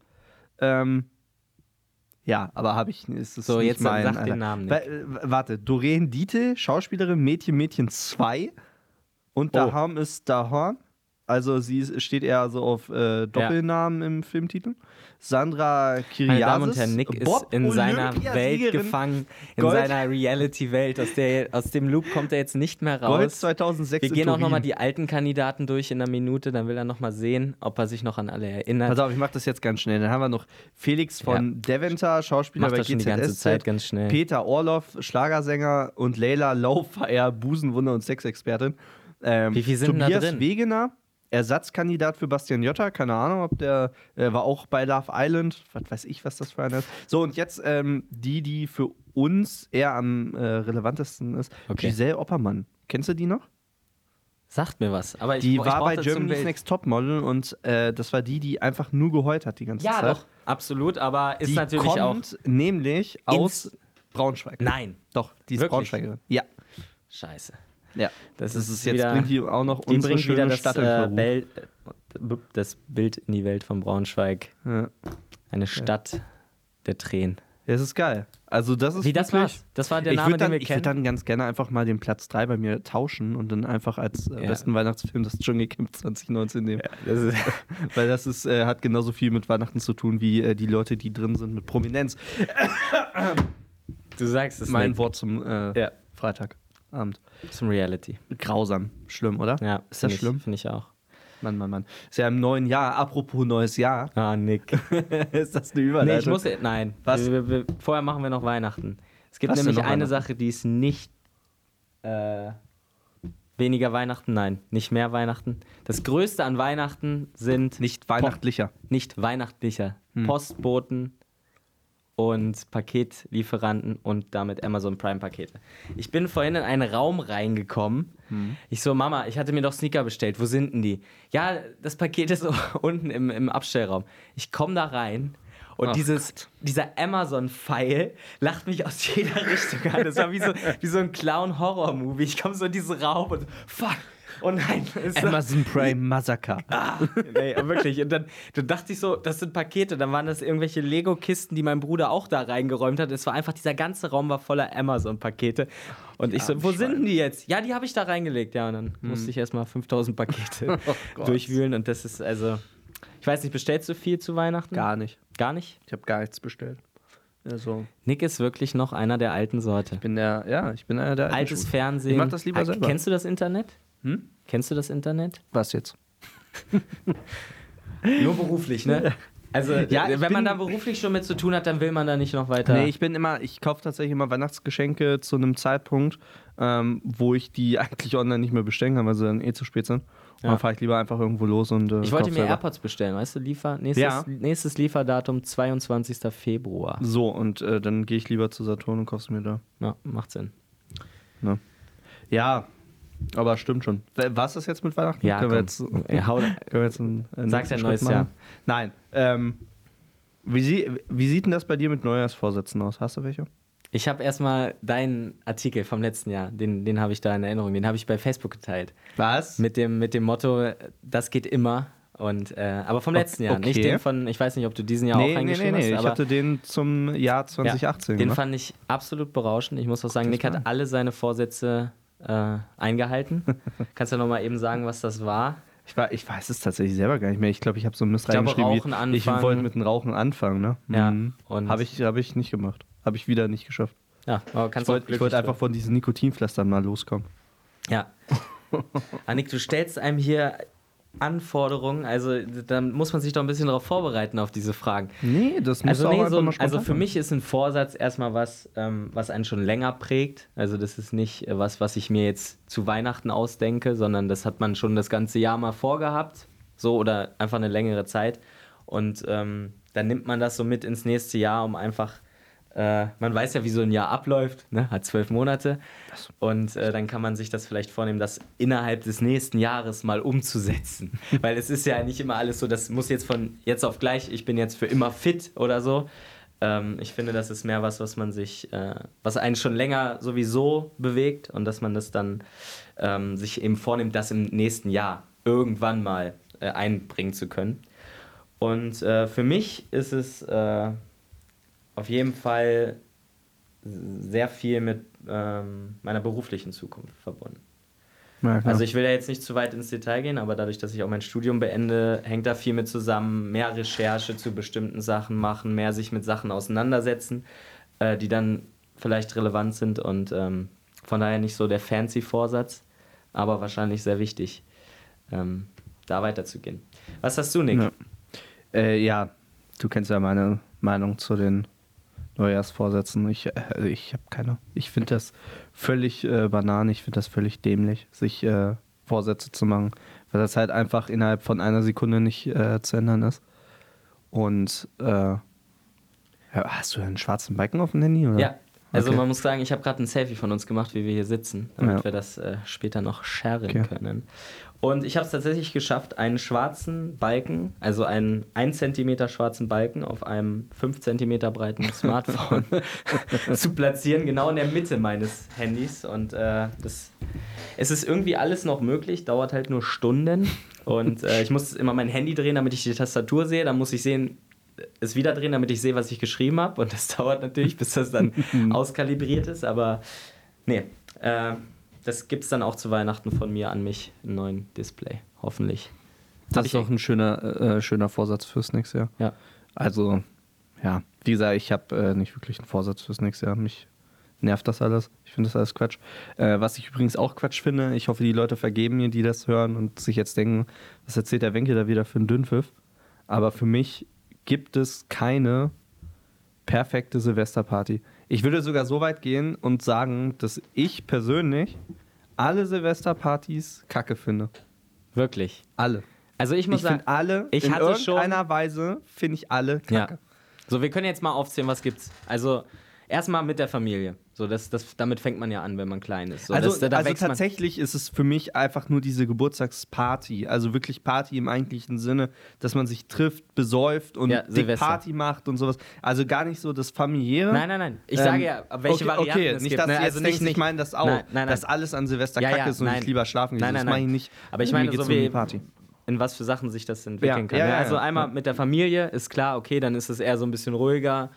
Ja, aber habe ich, ist es So, nicht jetzt mein, sag Alter. den Namen nicht. Warte, Doreen Dietl, Schauspielerin, Mädchen 2 und Oh. Dahorn ist Dahorn. Also sie steht eher so auf Doppelnamen im Filmtitel. Sandra Kiriasis. Meine Damen und Herren, Nick ist Bob in seiner Olympiasiegerin, Welt gefangen, in Gold. seiner Reality-Welt. Aus dem Loop kommt er jetzt nicht mehr Gold raus. 2006 Wir in gehen auch Turin. nochmal die alten Kandidaten durch in einer Minute, dann will er nochmal sehen, ob er sich noch an alle erinnert. Pass auf, ich mach das jetzt ganz schnell. Dann haben wir noch Felix von Deventer, Schauspieler Macht bei das schon die ganze GZSZ. Zeit ganz schnell. Peter Orloff, Schlagersänger und Leila Laufeier, Busenwunder und Sexexpertin. Wie viel sind denn da Tobias drin? Wegener, Ersatzkandidat für Bastian Jotta, keine Ahnung, ob der war auch bei Love Island, was weiß ich, was das für einer ist. So, und jetzt die für uns eher am relevantesten ist, Okay. Giselle Oppermann. Kennst du die noch? Sagt mir was. Aber Die ich war brauch bei dazu ein Germany's Bild. Next Topmodel und das war die einfach nur geheult hat die ganze Ja, Zeit. doch, absolut, aber ist Die natürlich auch. kommt nämlich aus Braunschweig. Nein, Doch, die ist Wirklich? Braunschweigerin. Ja. scheiße. Ja. Das Das ist ist jetzt wieder- bringt die auch noch Die unsere bringt wieder schöne das, Stadt in Verruf. das Bild in die Welt von Braunschweig. Ja. Eine Stadt der Tränen. Das ist geil. Also das ist Wie, das wirklich, war's? Das war der ich Name, würd dann, den wir Ich kennen? würde dann ganz gerne einfach mal den Platz 3 bei mir tauschen und dann einfach als besten Weihnachtsfilm das Dschungelcamp 2019 nehmen. Das ist, Weil das ist, hat genauso viel mit Weihnachten zu tun wie die Leute, die drin sind mit Prominenz. du sagst es Mein nicht. Wort zum Ja. Freitagabend. Zum Reality. Grausam. Schlimm, oder? Ja, Ist das find ich- schlimm? Finde ich auch. Mann. Ist ja im neuen Jahr. Apropos neues Jahr. Ah, Nick. Ist das eine Nee, Überleitung? ich muss. Nein. Was? Vorher machen wir noch Weihnachten. Es gibt Was denn nämlich noch eine Weihnachten? Sache, die ist nicht weniger Weihnachten, nein, nicht mehr Weihnachten. Das Größte an Weihnachten sind Nicht weihnachtlicher. nicht weihnachtlicher Postboten und Paketlieferanten und damit Amazon Prime Pakete. Ich bin vorhin in einen Raum reingekommen. Ich so, Mama, ich hatte mir doch Sneaker bestellt. Wo sind denn die? Ja, das Paket ist unten im Abstellraum. Ich komme da rein und Ach dieser Amazon-Pfeil lacht mich aus jeder Richtung an. Das war wie so ein Clown-Horror-Movie. Ich komme so in diesen Raum und fuck. Oh nein. Ist so- Amazon Prime Massaker. Nee, wirklich. Und dann dachte ich so, das sind Pakete. Dann waren das irgendwelche Lego-Kisten, die mein Bruder auch da reingeräumt hat. Es war einfach, dieser ganze Raum war voller Amazon-Pakete. Und ich so, wo sind denn die jetzt? Ja, die habe ich da reingelegt. Ja, und dann musste ich erstmal 5000 Pakete Gott. durchwühlen. Und das ist also, ich weiß nicht, bestellst du viel zu Weihnachten? Gar nicht. Gar nicht? Ich habe gar nichts bestellt. Also, Nick ist wirklich noch einer der alten Sorte. ich bin einer der alten Altes Schule. Fernsehen. Ich mach das lieber selber. Kennst du das Internet? Kennst du das Internet? Was jetzt? Nur beruflich, ne? Also, Ja, ich wenn man bin- da beruflich schon mit zu tun hat, dann will man da nicht noch weiter. Nee, ich kaufe tatsächlich immer Weihnachtsgeschenke zu einem Zeitpunkt, wo ich die eigentlich online nicht mehr bestellen kann, weil sie dann eh zu spät sind. Und dann fahre ich lieber einfach irgendwo los und Ich wollte kauf mir selber. AirPods bestellen, weißt du? Nächstes Lieferdatum 22. Februar. So, und dann gehe ich lieber zu Saturn und kauf's mir da. Ja, macht Sinn. Ne? Ja, aber stimmt schon. Was ist das jetzt mit Weihnachten? Ja, können wir jetzt Sag's ja nächsten neues Schritt Jahr. machen? Nein. Wie sieht denn das bei dir mit Neujahrsvorsätzen aus? Hast du welche? Ich habe erstmal deinen Artikel vom letzten Jahr, den habe ich da in Erinnerung, den habe ich bei Facebook geteilt. Was? Mit dem Motto, das geht immer. Und, aber vom letzten Jahr, Okay. nicht den von, ich weiß nicht, ob du diesen Jahr auch reingeschrieben hast. Ich aber hatte den zum Jahr 2018 den gemacht. fand ich absolut berauschend. Ich muss auch sagen, Das Nick hat war- alle seine Vorsätze eingehalten. Kannst du noch mal eben sagen, was das war? Ich weiß es tatsächlich selber gar nicht mehr. Ich glaube, ich habe so ein Mist Ich glaube, reingeschrieben. Rauchen Ich anfangen. wollte mit dem Rauchen anfangen, ne? Ja, Mhm. und- Habe ich nicht gemacht. Habe ich wieder nicht geschafft. Ja, aber kannst Ich wollte einfach von diesen Nikotinpflastern mal loskommen. Ja. Annik, du stellst einem hier Anforderungen, also da muss man sich doch ein bisschen darauf vorbereiten auf diese Fragen. Nee, das muss Also, auch einfach mal also spontan für mich ist ein Vorsatz erstmal was, was einen schon länger prägt. Also das ist nicht was ich mir jetzt zu Weihnachten ausdenke, sondern das hat man schon das ganze Jahr mal vorgehabt, so oder einfach eine längere Zeit. Und dann nimmt man das so mit ins nächste Jahr, um einfach, man weiß ja, wie so ein Jahr abläuft, ne? Hat 12 Monate. Und dann kann man sich das vielleicht vornehmen, das innerhalb des nächsten Jahres mal umzusetzen. Weil es ist ja nicht immer alles so, das muss jetzt von jetzt auf gleich, ich bin jetzt für immer fit oder so. Ich finde, das ist mehr was man sich, was einen schon länger sowieso bewegt und dass man das dann sich eben vornimmt, das im nächsten Jahr irgendwann mal einbringen zu können. Und für mich ist es auf jeden Fall sehr viel mit meiner beruflichen Zukunft verbunden. Ja, klar. Also ich will ja jetzt nicht zu weit ins Detail gehen, aber dadurch, dass ich auch mein Studium beende, hängt da viel mit zusammen. Mehr Recherche zu bestimmten Sachen machen, mehr sich mit Sachen auseinandersetzen, die dann vielleicht relevant sind und von daher nicht so der fancy Vorsatz, aber wahrscheinlich sehr wichtig, da weiterzugehen. Was hast du, Nick? Ja, du kennst ja meine Meinung zu den Neujahrsvorsätzen. Ich habe keine. Ich finde das völlig Banane, ich finde das völlig dämlich, sich Vorsätze zu machen, weil das halt einfach innerhalb von einer Sekunde nicht zu ändern ist. Und hast du einen schwarzen Balken auf dem Handy? Oder? Ja, also Okay. man muss sagen, ich habe gerade ein Selfie von uns gemacht, wie wir hier sitzen, damit Ja. wir das später noch sharen Okay. können. Und ich habe es tatsächlich geschafft, einen schwarzen Balken, also einen 1 cm schwarzen Balken auf einem 5 cm breiten Smartphone zu platzieren, genau in der Mitte meines Handys. Und es ist irgendwie alles noch möglich, dauert halt nur Stunden. Und ich muss immer mein Handy drehen, damit ich die Tastatur sehe. Dann muss ich es wieder drehen, damit ich sehe, was ich geschrieben habe. Und das dauert natürlich, bis das dann auskalibriert ist. Aber nee, das gibt es dann auch zu Weihnachten von mir an mich, einen neuen Display, hoffentlich. Das ist auch ein schöner Vorsatz fürs nächste Jahr. Ja. Also, ja, wie gesagt, ich habe nicht wirklich einen Vorsatz fürs nächste Jahr. Mich nervt das alles. Ich finde das alles Quatsch. Was ich übrigens auch Quatsch finde, ich hoffe, die Leute vergeben mir, die das hören und sich jetzt denken, was erzählt der Wenke da wieder für einen Dünnpfiff? Aber für mich gibt es keine perfekte Silvesterparty. Ich würde sogar so weit gehen und sagen, dass ich persönlich alle Silvesterpartys kacke finde. Wirklich. Alle. Also ich muss Ich sagen, finde alle, ich in hatte schon- irgendeiner Weise finde ich alle ja. kacke. So, wir können jetzt mal aufzählen, was gibt's. Also erstmal mit der Familie. So, damit fängt man ja an, wenn man klein ist. So, Also da wächst man. tatsächlich ist es für mich einfach nur diese Geburtstagsparty. Also wirklich Party im eigentlichen Sinne, dass man sich trifft, besäuft und Ja, dick Silvester. Party macht und sowas. Also gar nicht so das Familiäre. Nein. Ich sage ja, welche Varianten okay, es nicht, gibt. dass Ne, du jetzt denkst, ich meine das auch, Nein. dass alles an Silvester Ja, kacke ja, ist und nein. ich lieber schlafen gehe. Nein, Das nein, mache ich nein. nicht. Aber ich Mir meine, geht's so um die wie Party. in was für Sachen sich das entwickeln kann. Ja, Ne? ja, Also ja. einmal Ja. mit der Familie ist klar, okay, dann ist es eher so ein bisschen ruhiger.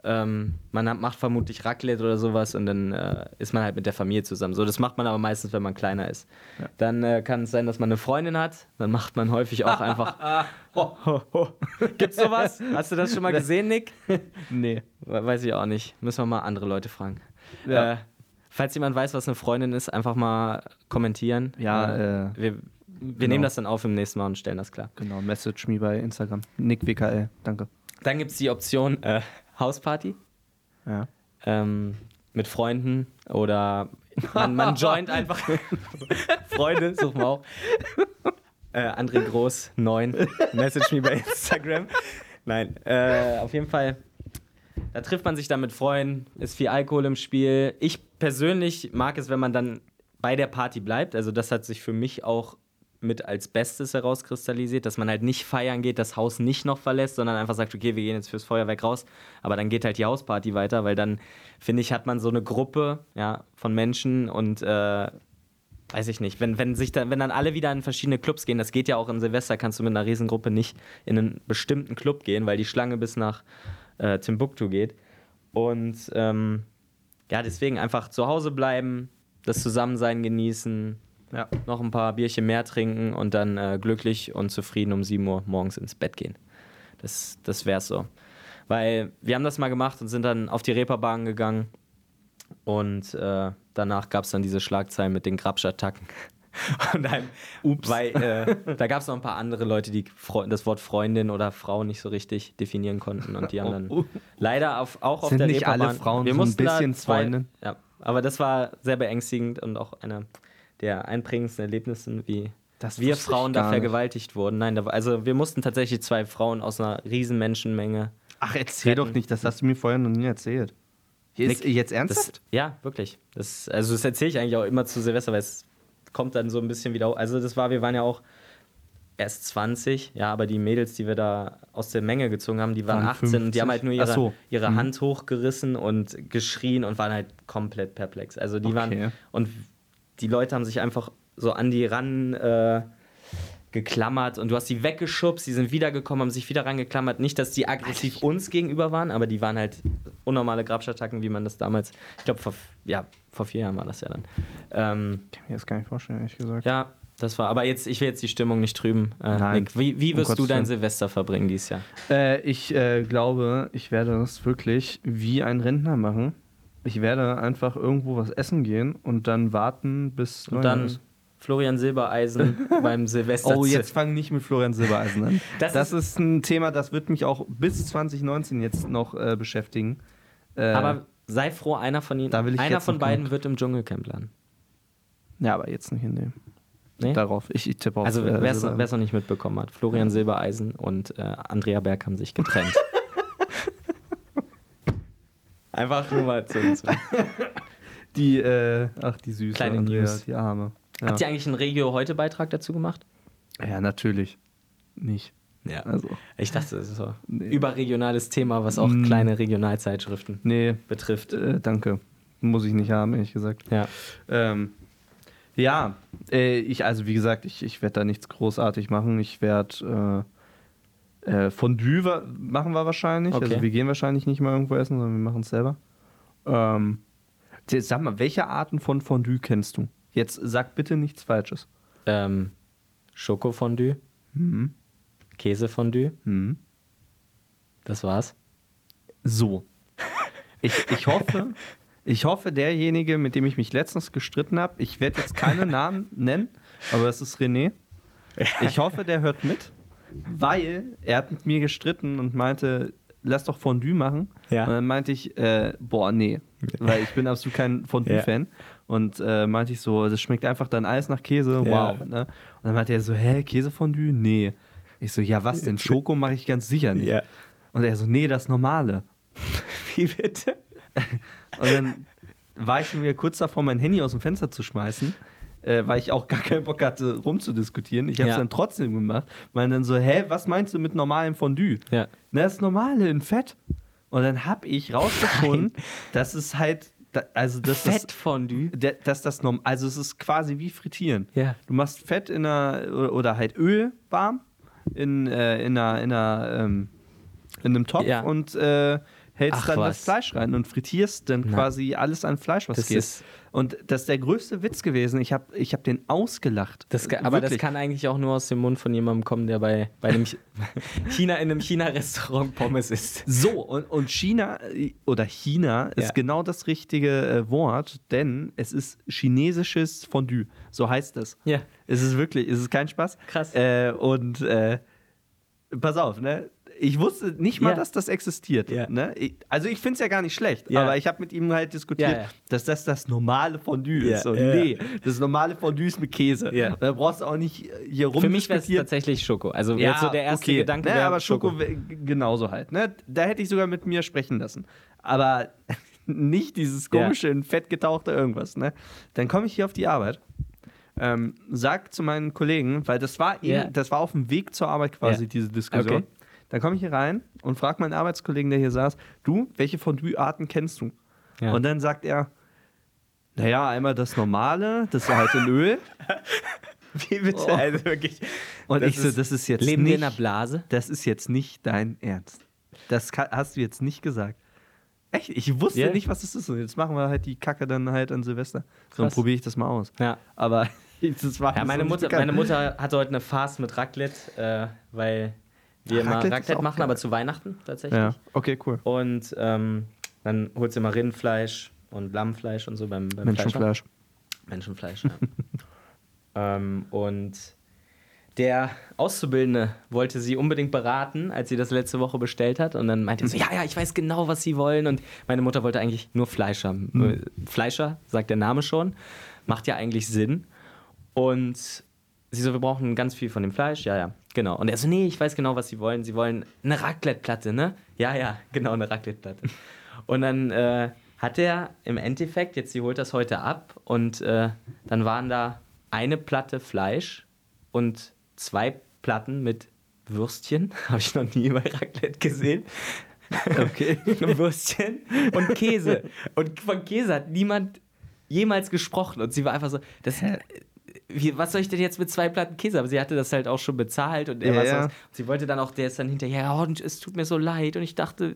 Man macht vermutlich Raclette oder sowas und dann ist man halt mit der Familie zusammen. So, das macht man aber meistens, wenn man kleiner ist. Ja. Dann kann es sein, dass man eine Freundin hat. Dann macht man häufig auch einfach. Gibt's sowas? Hast du das schon mal gesehen, Nick? Nee. Weiß ich auch nicht. Müssen wir mal andere Leute fragen. Ja. Falls jemand weiß, was eine Freundin ist, einfach mal kommentieren. Ja, wir nehmen das dann auf im nächsten Mal und stellen das klar. Genau, message me bei Instagram. Nick WKL, danke. Dann gibt es die Option Hausparty Ja. mit Freunden oder man joint einfach. Freunde, suchen wir auch. André Groß 9. Message me bei Instagram. Nein, auf jeden Fall, da trifft man sich dann mit Freunden, ist viel Alkohol im Spiel. Ich persönlich mag es, wenn man dann bei der Party bleibt. Also das hat sich für mich auch mit als Bestes herauskristallisiert, dass man halt nicht feiern geht, das Haus nicht noch verlässt, sondern einfach sagt, okay, wir gehen jetzt fürs Feuerwerk raus, aber dann geht halt die Hausparty weiter, weil dann, finde ich, hat man so eine Gruppe, ja, von Menschen und weiß ich nicht, wenn dann alle wieder in verschiedene Clubs gehen, das geht ja auch in Silvester, kannst du mit einer Riesengruppe nicht in einen bestimmten Club gehen, weil die Schlange bis nach Timbuktu geht. Und ja, deswegen einfach zu Hause bleiben, das Zusammensein genießen, ja, noch ein paar Bierchen mehr trinken und dann glücklich und zufrieden um 7 Uhr morgens ins Bett gehen. Das wär's so. Weil wir haben das mal gemacht und sind dann auf die Reeperbahn gegangen und danach gab es dann diese Schlagzeilen mit den Grabschattacken. Und dann, weil da gab es noch ein paar andere Leute, die das Wort Freundin oder Frau nicht so richtig definieren konnten und die haben dann leider auch auf der nicht Reeperbahn... alle Frauen wir so ein mussten bisschen Freundin? Ja, aber das war sehr beängstigend und auch einer der einprägendsten Erlebnisse, wie wir Frauen da vergewaltigt wurden. Nein, also wir mussten tatsächlich 2 Frauen aus einer riesen Menschenmenge... Ach, erzähl doch nicht, das hast du mir vorher noch nie erzählt. Jetzt ernsthaft? Ja, wirklich. Das erzähle ich eigentlich auch immer zu Silvester, weil es kommt dann so ein bisschen wieder... Also wir waren ja auch erst 20, ja, aber die Mädels, die wir da aus der Menge gezogen haben, die waren 18 50. Und die haben halt nur ihre Hand hochgerissen und geschrien und waren halt komplett perplex. Also die waren... Und die Leute haben sich einfach so an die ran geklammert und du hast sie weggeschubst, die sind wiedergekommen, haben sich wieder rangeklammert. Nicht, dass die aggressiv uns gegenüber waren, aber die waren halt unnormale Grabschattacken, wie man das damals, ich glaube, vor 4 Jahren war das ja dann. Kann mir das gar nicht vorstellen, ehrlich gesagt. Ja, das war, aber ich will jetzt die Stimmung nicht trüben. Nick, wie wirst du dein Silvester verbringen dieses Jahr? Ich glaube, ich werde das wirklich wie ein Rentner machen. Ich werde einfach irgendwo was essen gehen und dann warten, bis und dann ist. Florian Silbereisen beim Silvester. Oh, jetzt fang nicht mit Florian Silbereisen an. Das ist ein Thema, das wird mich auch bis 2019 jetzt noch beschäftigen. Aber sei froh, einer von beiden wird im Dschungelcamp landen. Ja, aber jetzt nicht in dem. Nee? Darauf. Ich tippe auf. Also wer es noch nicht mitbekommen hat, Florian Silbereisen und Andrea Berg haben sich getrennt. Einfach nur mal zu uns. Die süße kleine Andrea, News. Die Arme. Ja. Habt ihr eigentlich einen Regio-Heute-Beitrag dazu gemacht? Ja, natürlich. Nicht. Ja. Also. Ich dachte, das ist so ein überregionales Thema, was auch kleine Regionalzeitschriften betrifft. Danke. Muss ich nicht haben, ehrlich gesagt. Ja. Also wie gesagt, ich werde da nichts großartig machen. Ich werde Fondue machen wir wahrscheinlich. Okay. Also wir gehen wahrscheinlich nicht mal irgendwo essen, sondern wir machen es selber. Sag mal, welche Arten von Fondue kennst du? Jetzt sag bitte nichts Falsches. Schokofondue. Käsefondue. Das war's. So. Ich hoffe, derjenige, mit dem ich mich letztens gestritten habe, ich werde jetzt keine Namen nennen, aber es ist René. Ich hoffe, der hört mit, weil er hat mit mir gestritten und meinte, lass doch Fondue machen. Ja. Und dann meinte ich, nee, weil ich bin absolut kein Fondue-Fan. Und meinte ich so, das schmeckt einfach dann alles nach Käse, wow. Ne? Und dann meinte er so, Käsefondue? Nee. Ich so, ja was denn, Schoko mache ich ganz sicher nicht. Ja. Und er so, nee, das Normale. Wie bitte? Und dann war ich schon wieder kurz davor, mein Handy aus dem Fenster zu schmeißen, weil ich auch gar keinen Bock hatte, rumzudiskutieren. Ich habe es dann trotzdem gemacht. Meinte dann so, was meinst du mit normalem Fondue? Ja. Na, das Normale in Fett. Und dann habe ich rausgefunden, dass es halt, Fettfondue? Also es ist quasi wie Frittieren. Ja. Du machst Fett oder halt Öl warm in einem Topf und hältst dann das Fleisch rein und frittierst dann quasi alles an Fleisch, was geht. Und das ist der größte Witz gewesen. Ich hab den ausgelacht. Aber das kann eigentlich auch nur aus dem Mund von jemandem kommen, der bei einem in einem China-Restaurant Pommes isst. So, und China ist genau das richtige Wort, denn es ist chinesisches Fondue. So heißt es. Ja. Es ist kein Spaß. Krass. Pass auf, ne? Ich wusste nicht mal, Ja. dass das existiert. Ja. Ne? Also ich finde es ja gar nicht schlecht, Ja. aber ich habe mit ihm halt diskutiert, Ja. dass das normale Fondue Ja. ist. Und Ja. nee, das normale Fondue ist mit Käse. Ja. Da brauchst du auch nicht hier rum. Für mich wäre es tatsächlich Schoko. Also ja, jetzt so der erste okay. Gedanke Ne, wäre aber Schoko genauso halt. Ne? Da hätte ich sogar mit mir sprechen lassen. Aber nicht dieses komische, in Fett getauchte irgendwas. Ne? Dann komme ich hier auf die Arbeit. Sag zu meinen Kollegen, weil das war das war auf dem Weg zur Arbeit quasi, Ja. diese Diskussion. Okay. Dann komme ich hier rein und frage meinen Arbeitskollegen, der hier saß, du, welche Fondue-Arten kennst du? Ja. Und dann sagt er, naja, einmal das Normale, das ist halt in Öl. Wie bitte? Oh. Also wirklich. Und ich so, das ist jetzt Leben wir in einer nicht, Blase? das ist jetzt nicht dein Ernst. Das hast du jetzt nicht gesagt. Echt? Ich wusste Ja. nicht, was das ist. Und jetzt machen wir halt die Kacke dann halt an Silvester. So, dann Krass. probiere ich das mal aus. Ja. Aber das war Ja, mir meine so nicht Mutter bekannt. hatte heute eine Farce mit Raclette, weil wir immer Raclette ist Raclette auch machen, geil. aber zu Weihnachten tatsächlich. Ja, okay, cool. Und dann holt sie immer Rindfleisch und Lammfleisch und so beim Menschenfleisch. Menschenfleisch, ja. Und der Auszubildende wollte sie unbedingt beraten, als sie das letzte Woche bestellt hat. Und dann meinte sie so, ja, ich weiß genau, was sie wollen. Und meine Mutter wollte eigentlich nur Fleisch haben. Fleischer, sagt der Name schon, macht ja eigentlich Sinn. Und sie so, wir brauchen ganz viel von dem Fleisch. Ja, genau. Und er so, nee, ich weiß genau, was sie wollen. Sie wollen eine Raclette-Platte, ne? Ja, genau, eine Raclette-Platte. Und dann hat er im Endeffekt, jetzt sie holt das heute ab und dann waren da eine Platte Fleisch und 2 Platten mit Würstchen. Habe ich noch nie bei Raclette gesehen. Okay. Würstchen und Käse. Und von Käse hat niemand jemals gesprochen. Und sie war einfach so, was soll ich denn jetzt mit 2 Platten Käse? Aber sie hatte das halt auch schon bezahlt und er war so, sie wollte dann auch, der ist dann hinterher, oh, und es tut mir so leid und ich dachte,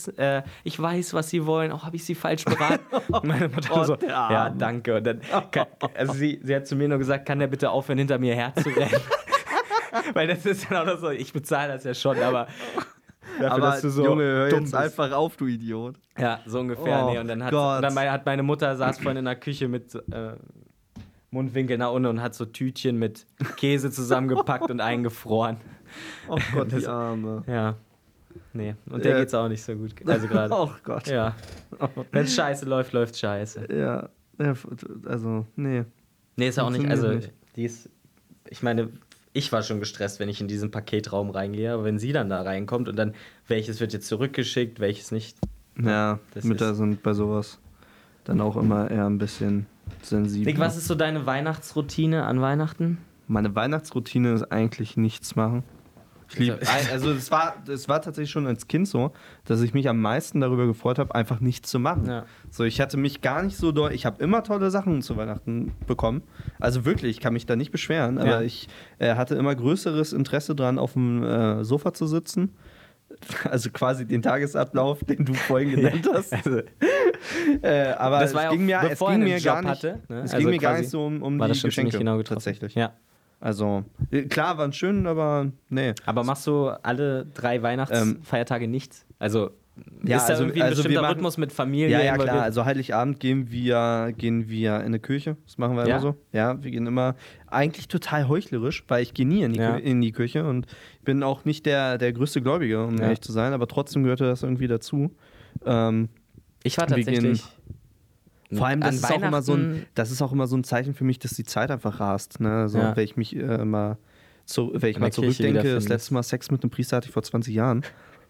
ich weiß, was sie wollen, auch habe ich sie falsch beraten. Und meine Mutter so, der Arme. ja, danke. Und dann, also sie hat zu mir nur gesagt, kann der bitte aufhören, hinter mir herzurennen? Weil das ist dann auch noch so, ich bezahle das ja schon, aber dafür, Aber dass du so Junge, hör dumm jetzt bist. einfach auf, du Idiot. Ja, so ungefähr. Oh Nee. Und dann Gott. hat meine Mutter saß vorhin in der Küche mit Mundwinkel nach unten und hat so Tütchen mit Käse zusammengepackt und eingefroren. Oh Gott, die Arme. Ja. Nee. Und der geht's auch nicht so gut. Also gerade. Oh Gott. Ja. Wenn scheiße läuft, läuft scheiße. Ja, also, nee. Nee, ist ja auch nicht. Also, Funktioniert ich meine, ich war schon gestresst, wenn ich in diesen Paketraum reingehe, aber wenn sie dann da reinkommt und dann, welches wird jetzt zurückgeschickt, welches nicht. Ja, Das Mütter ist- sind bei sowas dann auch immer eher ein bisschen sensibel. Dick, was ist so deine Weihnachtsroutine an Weihnachten? Meine Weihnachtsroutine ist eigentlich nichts machen. Ich liebe, also es war tatsächlich schon als Kind so, dass ich mich am meisten darüber gefreut habe, einfach nichts zu machen. Ja. So, ich hatte mich gar nicht so doll, ich habe immer tolle Sachen zu Weihnachten bekommen. Also wirklich, ich kann mich da nicht beschweren, aber Ja. ich hatte immer größeres Interesse dran, auf dem Sofa zu sitzen. Also quasi den Tagesablauf, den du vorhin genannt hast. Also, Aber das war ja es ging mir, auch, es bevor ging er mir einen gar Job nicht, hatte, ne? es Also ging mir gar quasi nicht so um war die das schon ziemlich Geschenke genau getroffen. tatsächlich. Ja. Also klar, waren schön, aber nee. Aber machst du alle 3 Weihnachtsfeiertage nichts? Also Ja, ist da also- irgendwie ein also wir bestimmter machen- Rhythmus mit Familie? Ja, involviert? klar. Also Heiligabend gehen wir in eine Kirche. Das machen wir Ja? immer so. Ja, wir gehen immer eigentlich total heuchlerisch, weil ich gehe nie Ja. in die Kirche und bin auch nicht der größte Gläubige, um Ja. ehrlich zu sein, aber trotzdem gehörte das irgendwie dazu. Ich war wir tatsächlich. Vor allem, das an ist, auch immer so Weihnachten- das ist auch immer so ein Zeichen für mich, dass die Zeit einfach rast. Ne? So, Ja. wenn ich mich wenn ich In mal der Kirche zurückdenke, das wiederfindest. letzte Mal Sex mit einem Priester hatte ich vor 20 Jahren.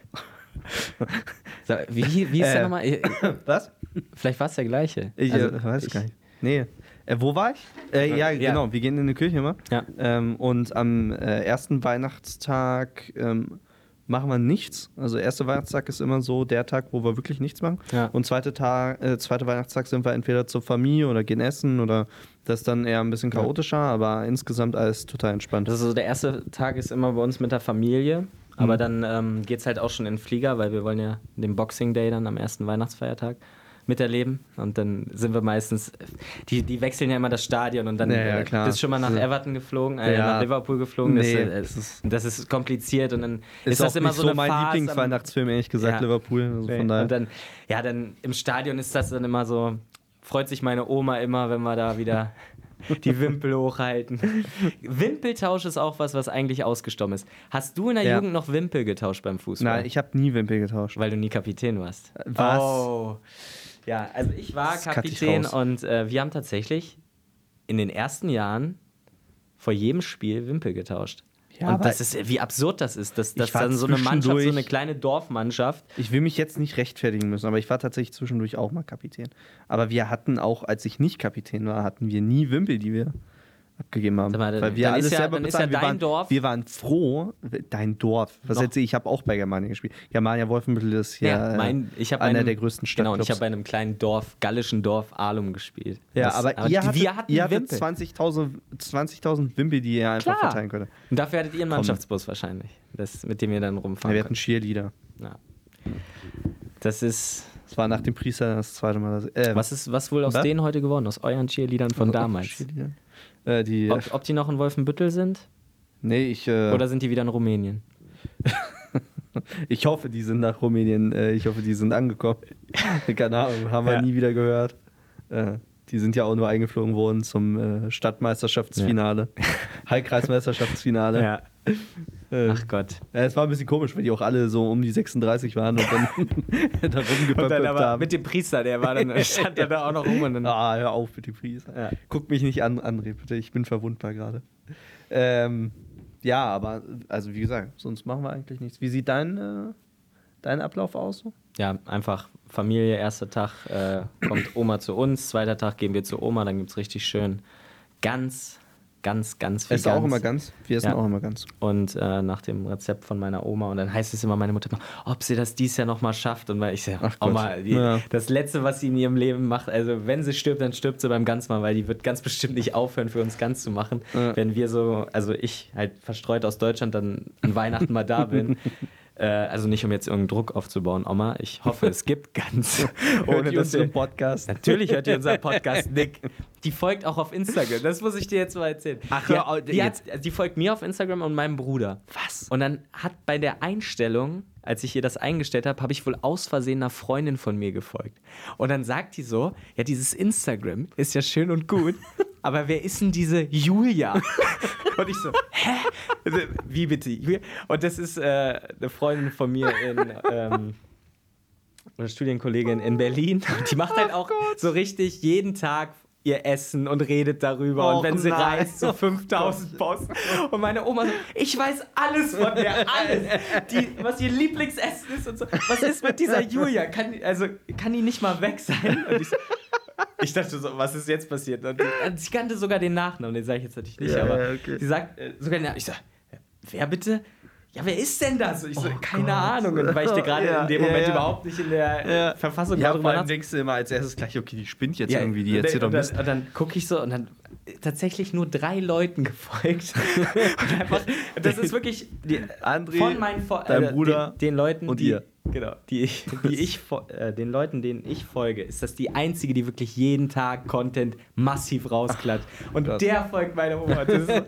So, wie ist der nochmal? Was? Vielleicht war es der gleiche. Ich Also, weiß es gar nicht. Nee. Wo war ich? Ja, Ja. genau. Wir gehen in eine Kirche immer. Ja. Und am ersten Weihnachtstag machen wir nichts. Also erster Weihnachtstag ist immer so der Tag, wo wir wirklich nichts machen. Ja. Und zweiter Weihnachtstag sind wir entweder zur Familie oder gehen essen oder das ist dann eher ein bisschen chaotischer, aber insgesamt alles total entspannt. Das ist so, der erste Tag ist immer bei uns mit der Familie, aber dann geht es halt auch schon in den Flieger, weil wir wollen ja den Boxing Day dann am ersten Weihnachtsfeiertag miterleben und dann sind wir meistens, die wechseln ja immer das Stadion und dann Ja, klar. bist du schon mal nach Ja. Everton geflogen, Ja. nach Liverpool geflogen, Nee, das ist kompliziert und dann ist auch das immer nicht so eine mein Phase am- Lieblingsweihnachtsfilm, ehrlich gesagt, Ja. Liverpool. Also Nee. von daher. Und dann im Stadion ist das dann immer so, freut sich meine Oma immer, wenn wir da wieder die Wimpel hochhalten. Wimpeltausch ist auch was eigentlich ausgestorben ist. Hast du in der Ja. Jugend noch Wimpel getauscht beim Fußball? Nein, ich habe nie Wimpel getauscht. Weil du nie Kapitän warst. Was? Oh. Ja, also ich war Das cutte ich Kapitän raus. und wir haben tatsächlich in den ersten Jahren vor jedem Spiel Wimpel getauscht. Ja, und aber das ist, wie absurd das ist, dass ich war dann so eine Mannschaft, so zwischendurch- eine kleine Dorfmannschaft. Ich will mich jetzt nicht rechtfertigen müssen, aber ich war tatsächlich zwischendurch auch mal Kapitän. Aber wir hatten auch, als ich nicht Kapitän war, hatten wir nie Wimpel, die wir abgegeben haben. Sag mal, weil wir dann alles ist ja- selber dann ist bezahlen. ja wir, dein waren, Dorf- wir waren froh, dein Dorf. Was Noch- erzähl ich? Ich habe auch bei Germania gespielt. Germania Wolfenbüttel ist hier Ich hab bei einer einem- der größten Genau, und Stadtclubs. ich habe bei einem kleinen Dorf, gallischen Dorf, Ahlum gespielt. Ja, Das- aber ihr hattet Wimpel. 20.000 Wimpel, die ihr einfach Klar. verteilen könntet. Und dafür hattet ihr einen Mannschaftsbus wahrscheinlich, mit dem ihr dann Ja, rumfahren wir hatten könnt. Cheerleader. Ja. Das ist. Das war nach dem Priester das zweite Mal. Was wohl aus Was? denen heute geworden? Aus euren Cheerleadern von damals? Cheerleader? Die, Ob die noch in Wolfenbüttel sind? nee, ich, Oder sind die wieder in Rumänien? ich hoffe, die sind nach Rumänien. Ich hoffe, die sind angekommen. Keine Ahnung, haben wir Ja. nie wieder gehört. Die sind ja auch nur eingeflogen worden zum Stadtmeisterschaftsfinale. Heilkreismeisterschaftsfinale. Ja. Ach Gott. Es war ein bisschen komisch, weil die auch alle so um die 36 waren und dann da rumgepöppelt haben. mit dem Priester, der war dann, stand da auch noch rum. Und dann, Hör auf mit dem Priester. Ja. Guck mich nicht an, André, bitte. Ich bin verwundbar gerade. Ja, aber, also wie gesagt, sonst machen wir eigentlich nichts. Wie sieht dein Ablauf aus? So? ja, einfach Familie, erster Tag kommt Oma zu uns, zweiter Tag gehen wir zu Oma, dann gibt es richtig schön ganz viel Esst auch immer ganz? Wir essen Ja. auch immer ganz. Und nach dem Rezept von meiner Oma. Und dann heißt es immer, meine Mutter, ob sie das dies Jahr nochmal schafft. Und weil ich sage, Ach Gott. Oma, Ja. das Letzte, was sie in ihrem Leben macht, also wenn sie stirbt, dann stirbt sie beim Ganzmann, weil die wird ganz bestimmt nicht aufhören, für uns ganz zu machen. Ja. Wenn wir so, also ich halt verstreut aus Deutschland dann an Weihnachten mal da bin. Also nicht, um jetzt irgendeinen Druck aufzubauen, Oma. Ich hoffe, es gibt ganz. Ohne dass dass wir- im Podcast. Natürlich hört ihr unseren Podcast, Nick. Die folgt auch auf Instagram. Das muss ich dir jetzt mal erzählen. Ach, die, hör auf, die folgt mir auf Instagram und meinem Bruder. Was? Und dann hat bei der Einstellung, als ich ihr das eingestellt habe, habe ich wohl aus Versehen einer Freundin von mir gefolgt. Und dann sagt die so, ja, dieses Instagram ist ja schön und gut, aber wer ist denn diese Julia? Und ich so, hä? Wie bitte? Julia? Und das ist eine Freundin von mir eine Studienkollegin in Berlin. Und die macht halt auch so richtig jeden Tag ihr Essen und redet darüber. Och und wenn sie nein. reist, so 5000 Posts. Und meine Oma so, ich weiß alles von der, alles. Was ihr Lieblingsessen ist und so. Was ist mit dieser Julia? Kann die nicht mal weg sein? Und ich dachte so, was ist jetzt passiert? Und sie kannte sogar den Nachnamen, den sage ich jetzt natürlich nicht, Ja, aber ja, okay. sie sagt sogar den Namen. Ich sag, wer bitte? Ja, wer ist denn das? Ich so, keine Gott. Ahnung. Und weil ich dir gerade Ja, in dem ja, Moment ja. überhaupt nicht in der Verfassung Ja, war, vor drüber allem denkst du immer als erstes gleich, okay, die spinnt jetzt irgendwie, die und erzählt doch dann, Mist. und dann gucke ich so und dann tatsächlich nur 3 Leuten gefolgt. Und einfach, das ist wirklich André, von meinen dein Bruder den Leuten, und die, ihr. Genau, den Leuten, denen ich folge, ist das die einzige, die wirklich jeden Tag Content massiv rausklatscht. Und krass. der folgt meiner Oma. Das ist so,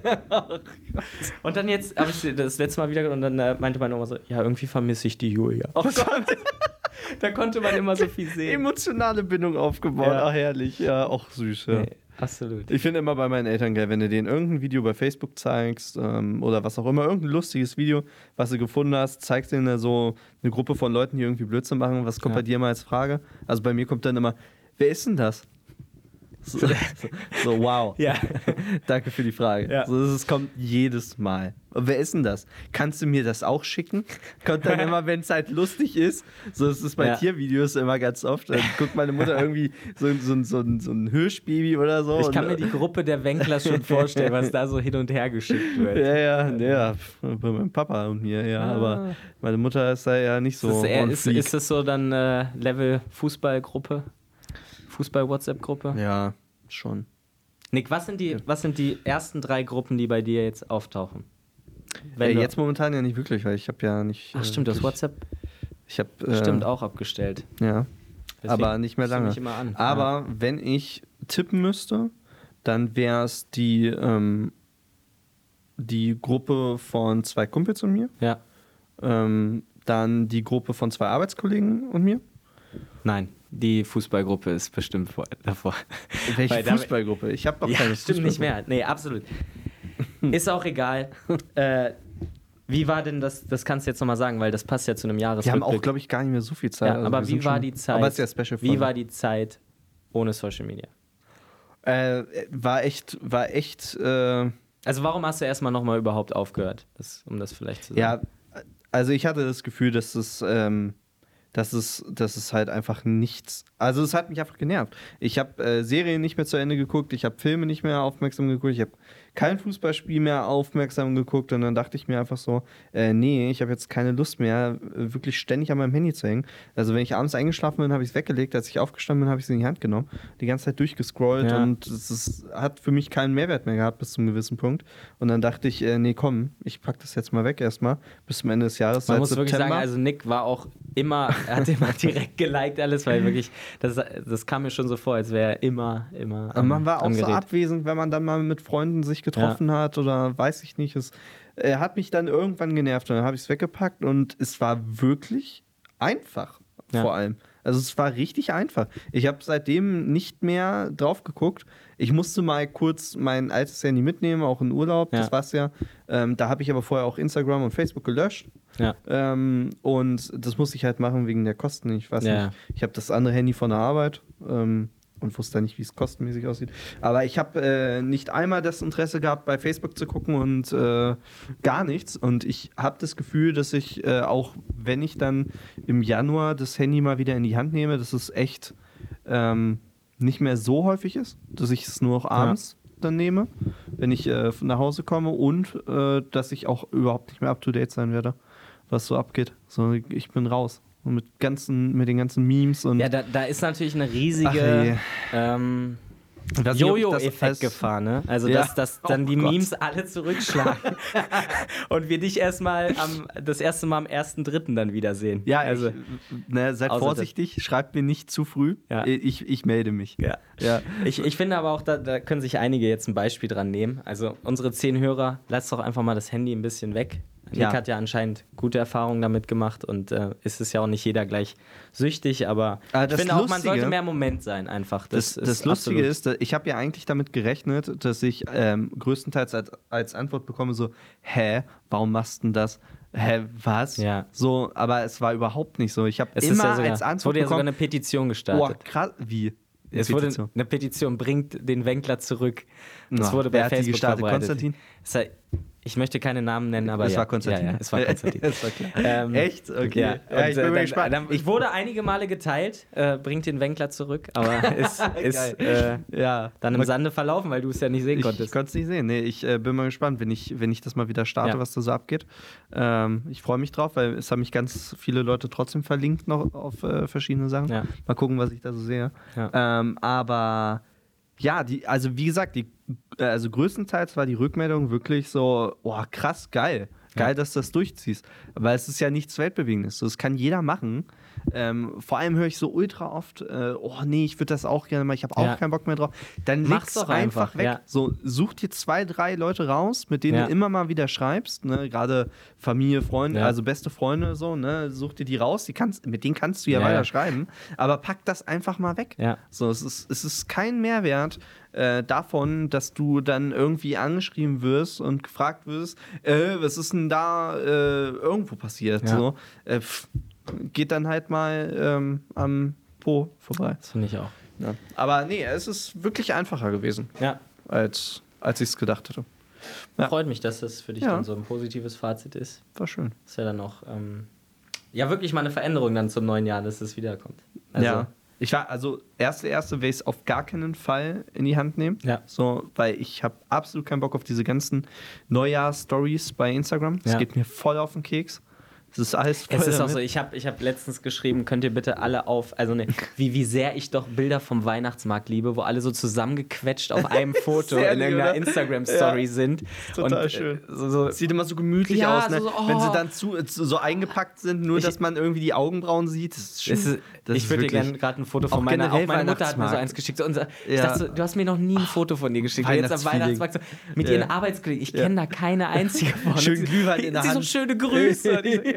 und dann jetzt habe ich das letzte Mal wieder und dann meinte meine Oma so, ja, irgendwie vermisse ich die Julia. Oh Gott, Da konnte man immer so viel sehen. emotionale Bindung aufgebaut. Ja. Ach, herrlich. Ja, auch süß. Ja. Nee, absolut. Ich finde immer bei meinen Eltern geil, wenn du denen irgendein Video bei Facebook zeigst oder was auch immer, irgendein lustiges Video, was du gefunden hast, zeigst denen so eine Gruppe von Leuten, die irgendwie Blödsinn machen. Was kommt Ja. bei dir immer als Frage? Also bei mir kommt dann immer, wer ist denn das? So, wow. Ja. Danke für die Frage. Ja. So, es kommt jedes Mal. Und wer ist denn das? Kannst du mir das auch schicken? Kommt dann immer, wenn es halt lustig ist. So ist es bei Ja. Tiervideos immer ganz oft. Dann guckt meine Mutter irgendwie so ein Hirschbaby oder so. Ich kann und, mir die Gruppe der Wenklers schon vorstellen, was da so hin und her geschickt wird. ja, bei meinem Papa und mir, ja. Ah. Aber meine Mutter ist da ja nicht so. Ist das so dann Level Fußballgruppe? Fußball-WhatsApp-Gruppe? Ja, schon. Nick, was sind die ersten 3 Gruppen, die bei dir jetzt auftauchen? Wenn du- Jetzt momentan ja nicht wirklich, weil ich habe ja nicht. Ach stimmt, das wirklich- WhatsApp Ich habe stimmt auch abgestellt. Ja. Deswegen Aber nicht mehr rufst du lange. mich immer an. Aber wenn ich tippen müsste, dann wäre es die Gruppe von 2 Kumpels und mir. Ja. Dann die Gruppe von 2 Arbeitskollegen und mir. Nein. Die Fußballgruppe ist bestimmt davor. Welche Weil damit- Fußballgruppe? Ich habe doch Ja, keine stimmt nicht mehr. Nee, absolut. Ist auch egal. Wie war denn das kannst du jetzt nochmal sagen, weil das passt ja zu einem Wir haben Jahresrückblick. auch, glaube ich, gar nicht mehr so viel Zeit. Ja, Also aber wir wie sind war schon- die Zeit? Aber es ist ja Special Wie war die Zeit ohne Social Media? War echt, Also warum hast du erstmal nochmal überhaupt aufgehört? Um das vielleicht zu sagen. ja, also ich hatte das Gefühl, dass es halt einfach nichts, also es hat mich einfach genervt. Ich habe Serien nicht mehr zu Ende geguckt, ich habe Filme nicht mehr aufmerksam geguckt, ich habe kein Fußballspiel mehr aufmerksam geguckt und dann dachte ich mir einfach so, nee, ich habe jetzt keine Lust mehr, wirklich ständig an meinem Handy zu hängen. Also wenn ich abends eingeschlafen bin, habe ich es weggelegt, als ich aufgestanden bin, habe ich es in die Hand genommen, die ganze Zeit durchgescrollt Ja. und hat für mich keinen Mehrwert mehr gehabt bis zu einem gewissen Punkt. Und dann dachte ich, nee, komm, ich pack das jetzt mal weg erstmal bis zum Ende des Jahres. Man seit muss wirklich September. sagen, also Nick war auch immer, er hat immer direkt geliked alles, weil wirklich, das kam mir schon so vor, als wäre er immer Aber man war auch am so Gerät. abwesend, wenn man dann mal mit Freunden sich getroffen hat oder weiß ich nicht. Er hat mich dann irgendwann genervt und dann habe ich es weggepackt und es war wirklich einfach, Ja. vor allem. Also es war richtig einfach. Ich habe seitdem nicht mehr drauf geguckt. Ich musste mal kurz mein altes Handy mitnehmen, auch in Urlaub, Ja. das war's ja. Da habe ich aber vorher auch Instagram und Facebook gelöscht. Ja. Und das musste ich halt machen wegen der Kosten. Ich weiß Ja. nicht. Ich habe das andere Handy von der Arbeit und wusste dann nicht, wie es kostenmäßig aussieht. Aber ich habe nicht einmal das Interesse gehabt, bei Facebook zu gucken und gar nichts. Und ich habe das Gefühl, dass ich auch, wenn ich dann im Januar das Handy mal wieder in die Hand nehme, dass es echt nicht mehr so häufig ist, dass ich es nur noch abends dann nehme, wenn ich nach Hause komme und dass ich auch überhaupt nicht mehr up-to-date sein werde, was so abgeht. So, ich bin raus. Und mit den ganzen Memes und Ja, da ist natürlich eine Ach, riesige ich weiß nicht, ob ich das Jojo-Effekt-Gefahr, ne? Also, Ja. dass dann Oh die Gott. Memes alle zurückschlagen und wir dich erstmal das erste Mal am 1.3. dann wiedersehen. Ja, also, seid außer vorsichtig, schreibt mir nicht zu früh. Ja. Ich melde mich. ja. Ja. Ich finde aber auch, da können sich einige jetzt ein Beispiel dran nehmen. Also, unsere 10 Hörer, lasst doch einfach mal das Handy ein bisschen weg. Nick Ja. hat ja anscheinend gute Erfahrungen damit gemacht und ist es ja auch nicht jeder gleich süchtig, aber Aber ich das finde auch, man Lustige- sollte mehr Moment sein einfach. Das Lustige ist, ich habe ja eigentlich damit gerechnet, dass ich größtenteils als Antwort bekomme so, hä, warum machst du denn das? Hä, was? Ja. So, aber es war überhaupt nicht so. Ich habe Es ist immer ja sogar, als es Antwort wurde ja sogar bekommen, eine Petition boah, gestartet. krass, wie? Es wurde Petition. eine Petition, bringt den Wenkler zurück. Das Ja, wurde wer bei hat die Facebook gestartet? verbreitet. Konstantin? Es sei- Ich möchte keine Namen nennen, aber Es ja. war Konstantin. Ja, es war Konstantin. Es war klar. Echt? Okay. Ja. Ja, ich bin mal gespannt. Ich wurde einige Male geteilt, bringt den Wenkler zurück, aber ist Ja. dann im Sande verlaufen, weil du es ja nicht sehen Ich konntest. konnte es nicht sehen. Nee, ich bin mal gespannt, wenn ich das mal wieder starte, Ja. was da so abgeht. Ich freue mich drauf, weil es haben mich ganz viele Leute trotzdem verlinkt noch auf verschiedene Sachen. Ja. Mal gucken, was ich da so sehe. Ja. Aber ja, also wie gesagt, also größtenteils war die Rückmeldung wirklich so, oh krass, geil. Geil, dass du das durchziehst. Weil es ist ja nichts Weltbewegendes. Das kann jeder machen. Vor allem höre ich so ultra oft, oh nee, ich würde das auch gerne mal, ich habe auch Ja. keinen Bock mehr drauf. Dann Mach's leg's doch einfach einfach, weg. ja. So, such dir 2, 3 Leute raus, mit denen Ja. du immer mal wieder schreibst, ne? Gerade Familie, Freunde, Ja. also beste Freunde, so, ne? Such dir die raus, mit denen kannst du ja Ja, weiter ja. schreiben, aber pack das einfach mal weg. Ja. So, es ist kein Mehrwert davon, dass du dann irgendwie angeschrieben wirst und gefragt wirst, was ist denn da irgendwo passiert? Ja. So, geht dann halt mal am Po vorbei. Das finde ich auch. Ja. Aber nee, es ist wirklich einfacher gewesen, Ja. als ich es gedacht hätte. Ja. Freut mich, dass das für dich Ja. dann so ein positives Fazit ist. War schön. Ist ja dann auch ja wirklich mal eine Veränderung dann zum neuen Jahr, dass es wiederkommt. Also, Ja. Ich war, also, erste will ich es auf gar keinen Fall in die Hand nehmen. Ja. So, weil ich habe absolut keinen Bock auf diese ganzen Neujahr-Stories bei Instagram. Das Ja. geht mir voll auf den Keks. Das ist alles voll Es ist auch damit. so, ich hab letztens geschrieben, könnt ihr bitte alle wie sehr ich doch Bilder vom Weihnachtsmarkt liebe, wo alle so zusammengequetscht auf einem Foto Sehr in lieb, irgendeiner oder? Instagram-Story sind. Total und, schön. So, Sieht immer so gemütlich Ja, aus, ne? so, oh. Wenn sie dann so eingepackt sind, nur dass man irgendwie die Augenbrauen sieht. Das ist schön. ich würde dir gerne gerade ein Foto von Auch meiner. Auch generell meine Mutter hat mir so Weihnachtsmarkt. eins geschickt. So, ich Ja. dachte, so, du hast mir noch nie ein Foto von dir geschickt. Und jetzt am Weihnachtsfeeling. Weihnachtsmarkt so, mit Ja. ihren Arbeitskollegen. Ich kenne da keine einzige von. Schön Und Glühwein in der sie Hand. so schöne Grüße. Und ich so,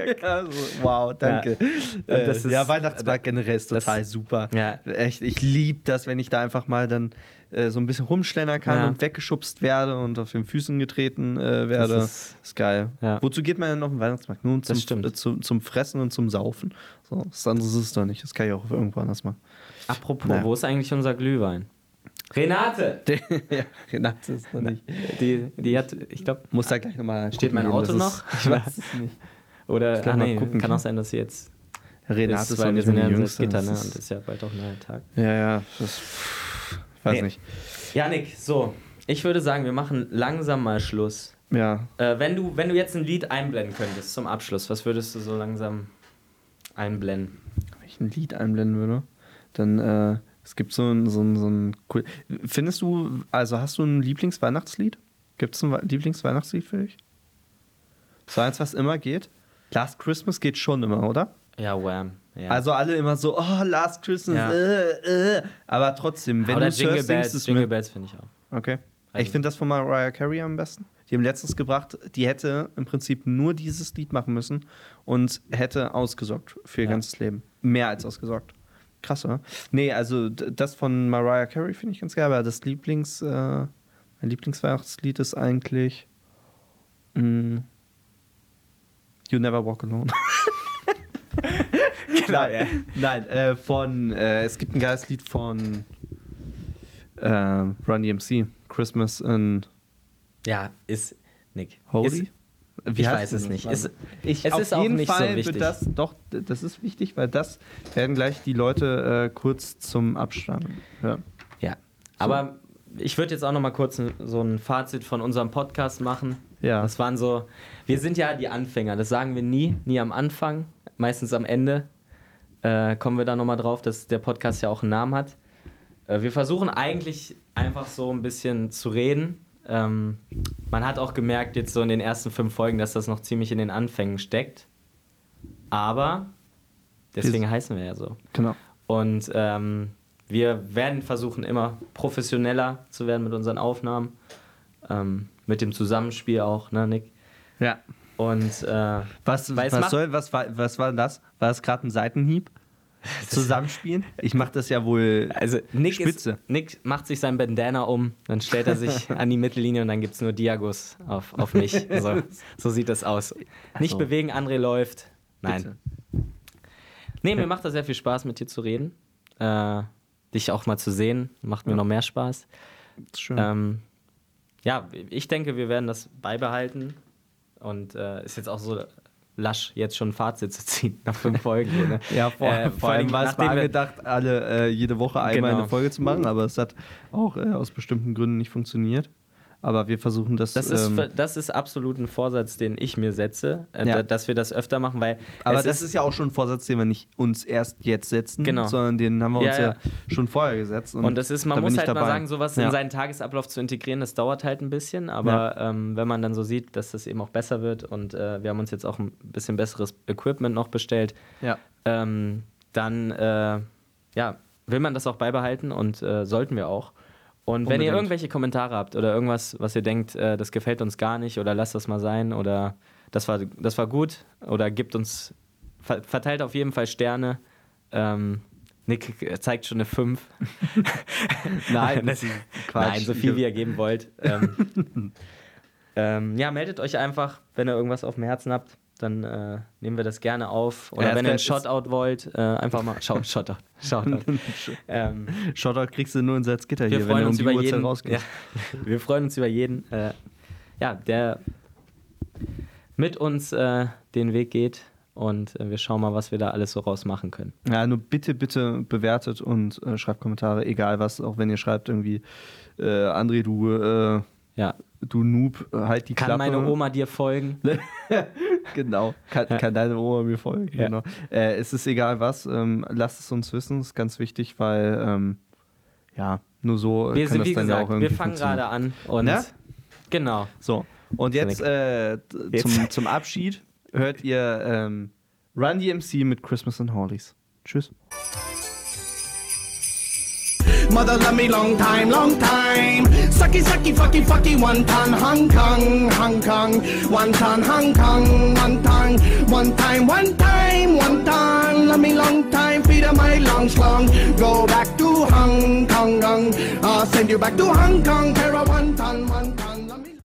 Also, wow, danke. Ja, das ist, Weihnachtsmarkt generell ist total super. Ja. Echt, ich liebe das, wenn ich da einfach mal dann so ein bisschen rumschlendern kann und weggeschubst werde und auf den Füßen getreten werde. Das ist geil. Ja. Wozu geht man denn noch im Weihnachtsmarkt? Nur zum Fressen und zum Saufen. So, das andere ist es doch nicht. Das kann ich auch irgendwo anders machen. Apropos, wo ist eigentlich unser Glühwein? Renate! Renate ist noch nicht. Die hat, ich glaube... Muss da gleich nochmal... Steht mein Auto noch? Ich weiß es nicht. Oder, kann auch sein, dass sie jetzt... Renate ist weil auch wir nicht sind ja mehr in die Jüngste. Gitter, ne? Und das ist ja bald auch ein neuer Tag. Ja, das... Weiß nicht. Janik, so, ich würde sagen, wir machen langsam mal Schluss. Ja. Wenn du jetzt ein Lied einblenden könntest zum Abschluss, was würdest du so langsam einblenden? Wenn ich ein Lied einblenden würde, dann, es gibt so ein cool... Findest du, also hast du ein Lieblingsweihnachtslied? Gibt es ein Lieblingsweihnachtslied für dich? So eins, was immer geht? Last Christmas geht schon immer, oder? Ja, Wham. Ja. Also alle immer so, oh, Last Christmas, aber trotzdem, wenn oder du Jingle surfst, Bells, Jingle Bells finde ich auch. Okay. Also ich finde das von Mariah Carey am besten. Die haben letztens gebracht, die hätte im Prinzip nur dieses Lied machen müssen und hätte ausgesorgt für ihr ganzes Leben. Mehr als ausgesorgt. Krass, oder? Nee, also das von Mariah Carey finde ich ganz geil, aber das mein Lieblingsweihnachtslied ist eigentlich You Never Walk Alone. Klar, ja. Nein, es gibt ein geiles Lied von Run DMC, Christmas in Ja, ist Nick. Holy? Ich weiß es nicht. Es ist auf auch jeden nicht Fall so wichtig. Das ist wichtig, weil das werden gleich die Leute kurz zum Abstand hören. Ja, aber ich würde jetzt auch noch mal kurz so ein Fazit von unserem Podcast machen. Ja. Das waren so, wir sind ja die Anfänger, das sagen wir nie am Anfang, meistens am Ende. Kommen wir da noch mal drauf, dass der Podcast ja auch einen Namen hat. Wir versuchen eigentlich einfach so ein bisschen zu reden. Man hat auch gemerkt jetzt so in den ersten 5 Folgen, dass das noch ziemlich in den Anfängen steckt. Aber deswegen heißen wir ja so. Genau. Und wir werden versuchen, immer professioneller zu werden mit unseren Aufnahmen. Mit dem Zusammenspiel auch, ne, Nick? Ja. Und was war das? War das gerade ein Seitenhieb? Zusammenspielen? Ich mache das ja wohl spitze. Nick macht sich sein Bandana um, dann stellt er sich an die Mittellinie und dann gibt es nur Diagos auf mich. So sieht das aus. Nicht bewegen, André läuft. Nein. Bitte. Nee, mir macht das sehr viel Spaß, mit dir zu reden. Dich auch mal zu sehen, macht mir noch mehr Spaß. Das ist schön. Ja, ich denke, wir werden das beibehalten. Und ist jetzt auch so lasch, jetzt schon ein Fazit zu ziehen nach 5 Folgen. Ne? Ja, vor allem war es mal angedacht, jede Woche einmal eine Folge zu machen, aber es hat auch aus bestimmten Gründen nicht funktioniert. Aber wir versuchen das... Das ist absolut ein Vorsatz, den ich mir setze, dass wir das öfter machen, weil... Aber das ist ja auch schon ein Vorsatz, den wir nicht uns erst jetzt setzen, sondern den haben wir uns ja schon vorher gesetzt. Und das ist, man muss halt mal sagen, sowas in seinen Tagesablauf zu integrieren, das dauert halt ein bisschen, aber wenn man dann so sieht, dass das eben auch besser wird und wir haben uns jetzt auch ein bisschen besseres Equipment noch bestellt, dann will man das auch beibehalten und sollten wir auch. Und wenn ihr irgendwelche Kommentare habt oder irgendwas, was ihr denkt, das gefällt uns gar nicht oder lasst das mal sein oder das war gut oder verteilt auf jeden Fall Sterne. Nick zeigt schon eine 5. Nein, das ist Quatsch. Nein, so viel wie ihr geben wollt. Meldet euch einfach, wenn ihr irgendwas auf dem Herzen habt. Dann nehmen wir das gerne auf. Oder wenn ihr einen Shoutout wollt, einfach mal. Shoutout. Shoutout kriegst du nur in Salzgitter hier, wenn du um die Uhrzeit rausgehst. Ja, wir freuen uns über jeden, der mit uns den Weg geht. Und wir schauen mal, was wir da alles so rausmachen können. Ja, nur bitte bewertet und schreibt Kommentare, egal was, auch wenn ihr schreibt irgendwie, André, du Noob, halt die Klappe. Kann meine Oma dir folgen? Genau, kann deine Oma mir folgen. Ja. Genau. Es ist egal was, lasst es uns wissen, ist ganz wichtig, weil nur so wir kann sind, das wie dann gesagt, ja auch irgendwie wir fangen gerade an und genau. So, und jetzt zum Abschied hört ihr Run DMC mit Christmas and Hollies. Tschüss. Mother love me long time, Sucky, sucky, fucky, fucky, wonton, Hong Kong, Hong Kong. Wonton, Hong Kong, wonton. One time, one time, wonton. Love me long time, feed of my long slong. Go back to Hong Kong, I'll send you back to Hong Kong. Para wonton, wonton.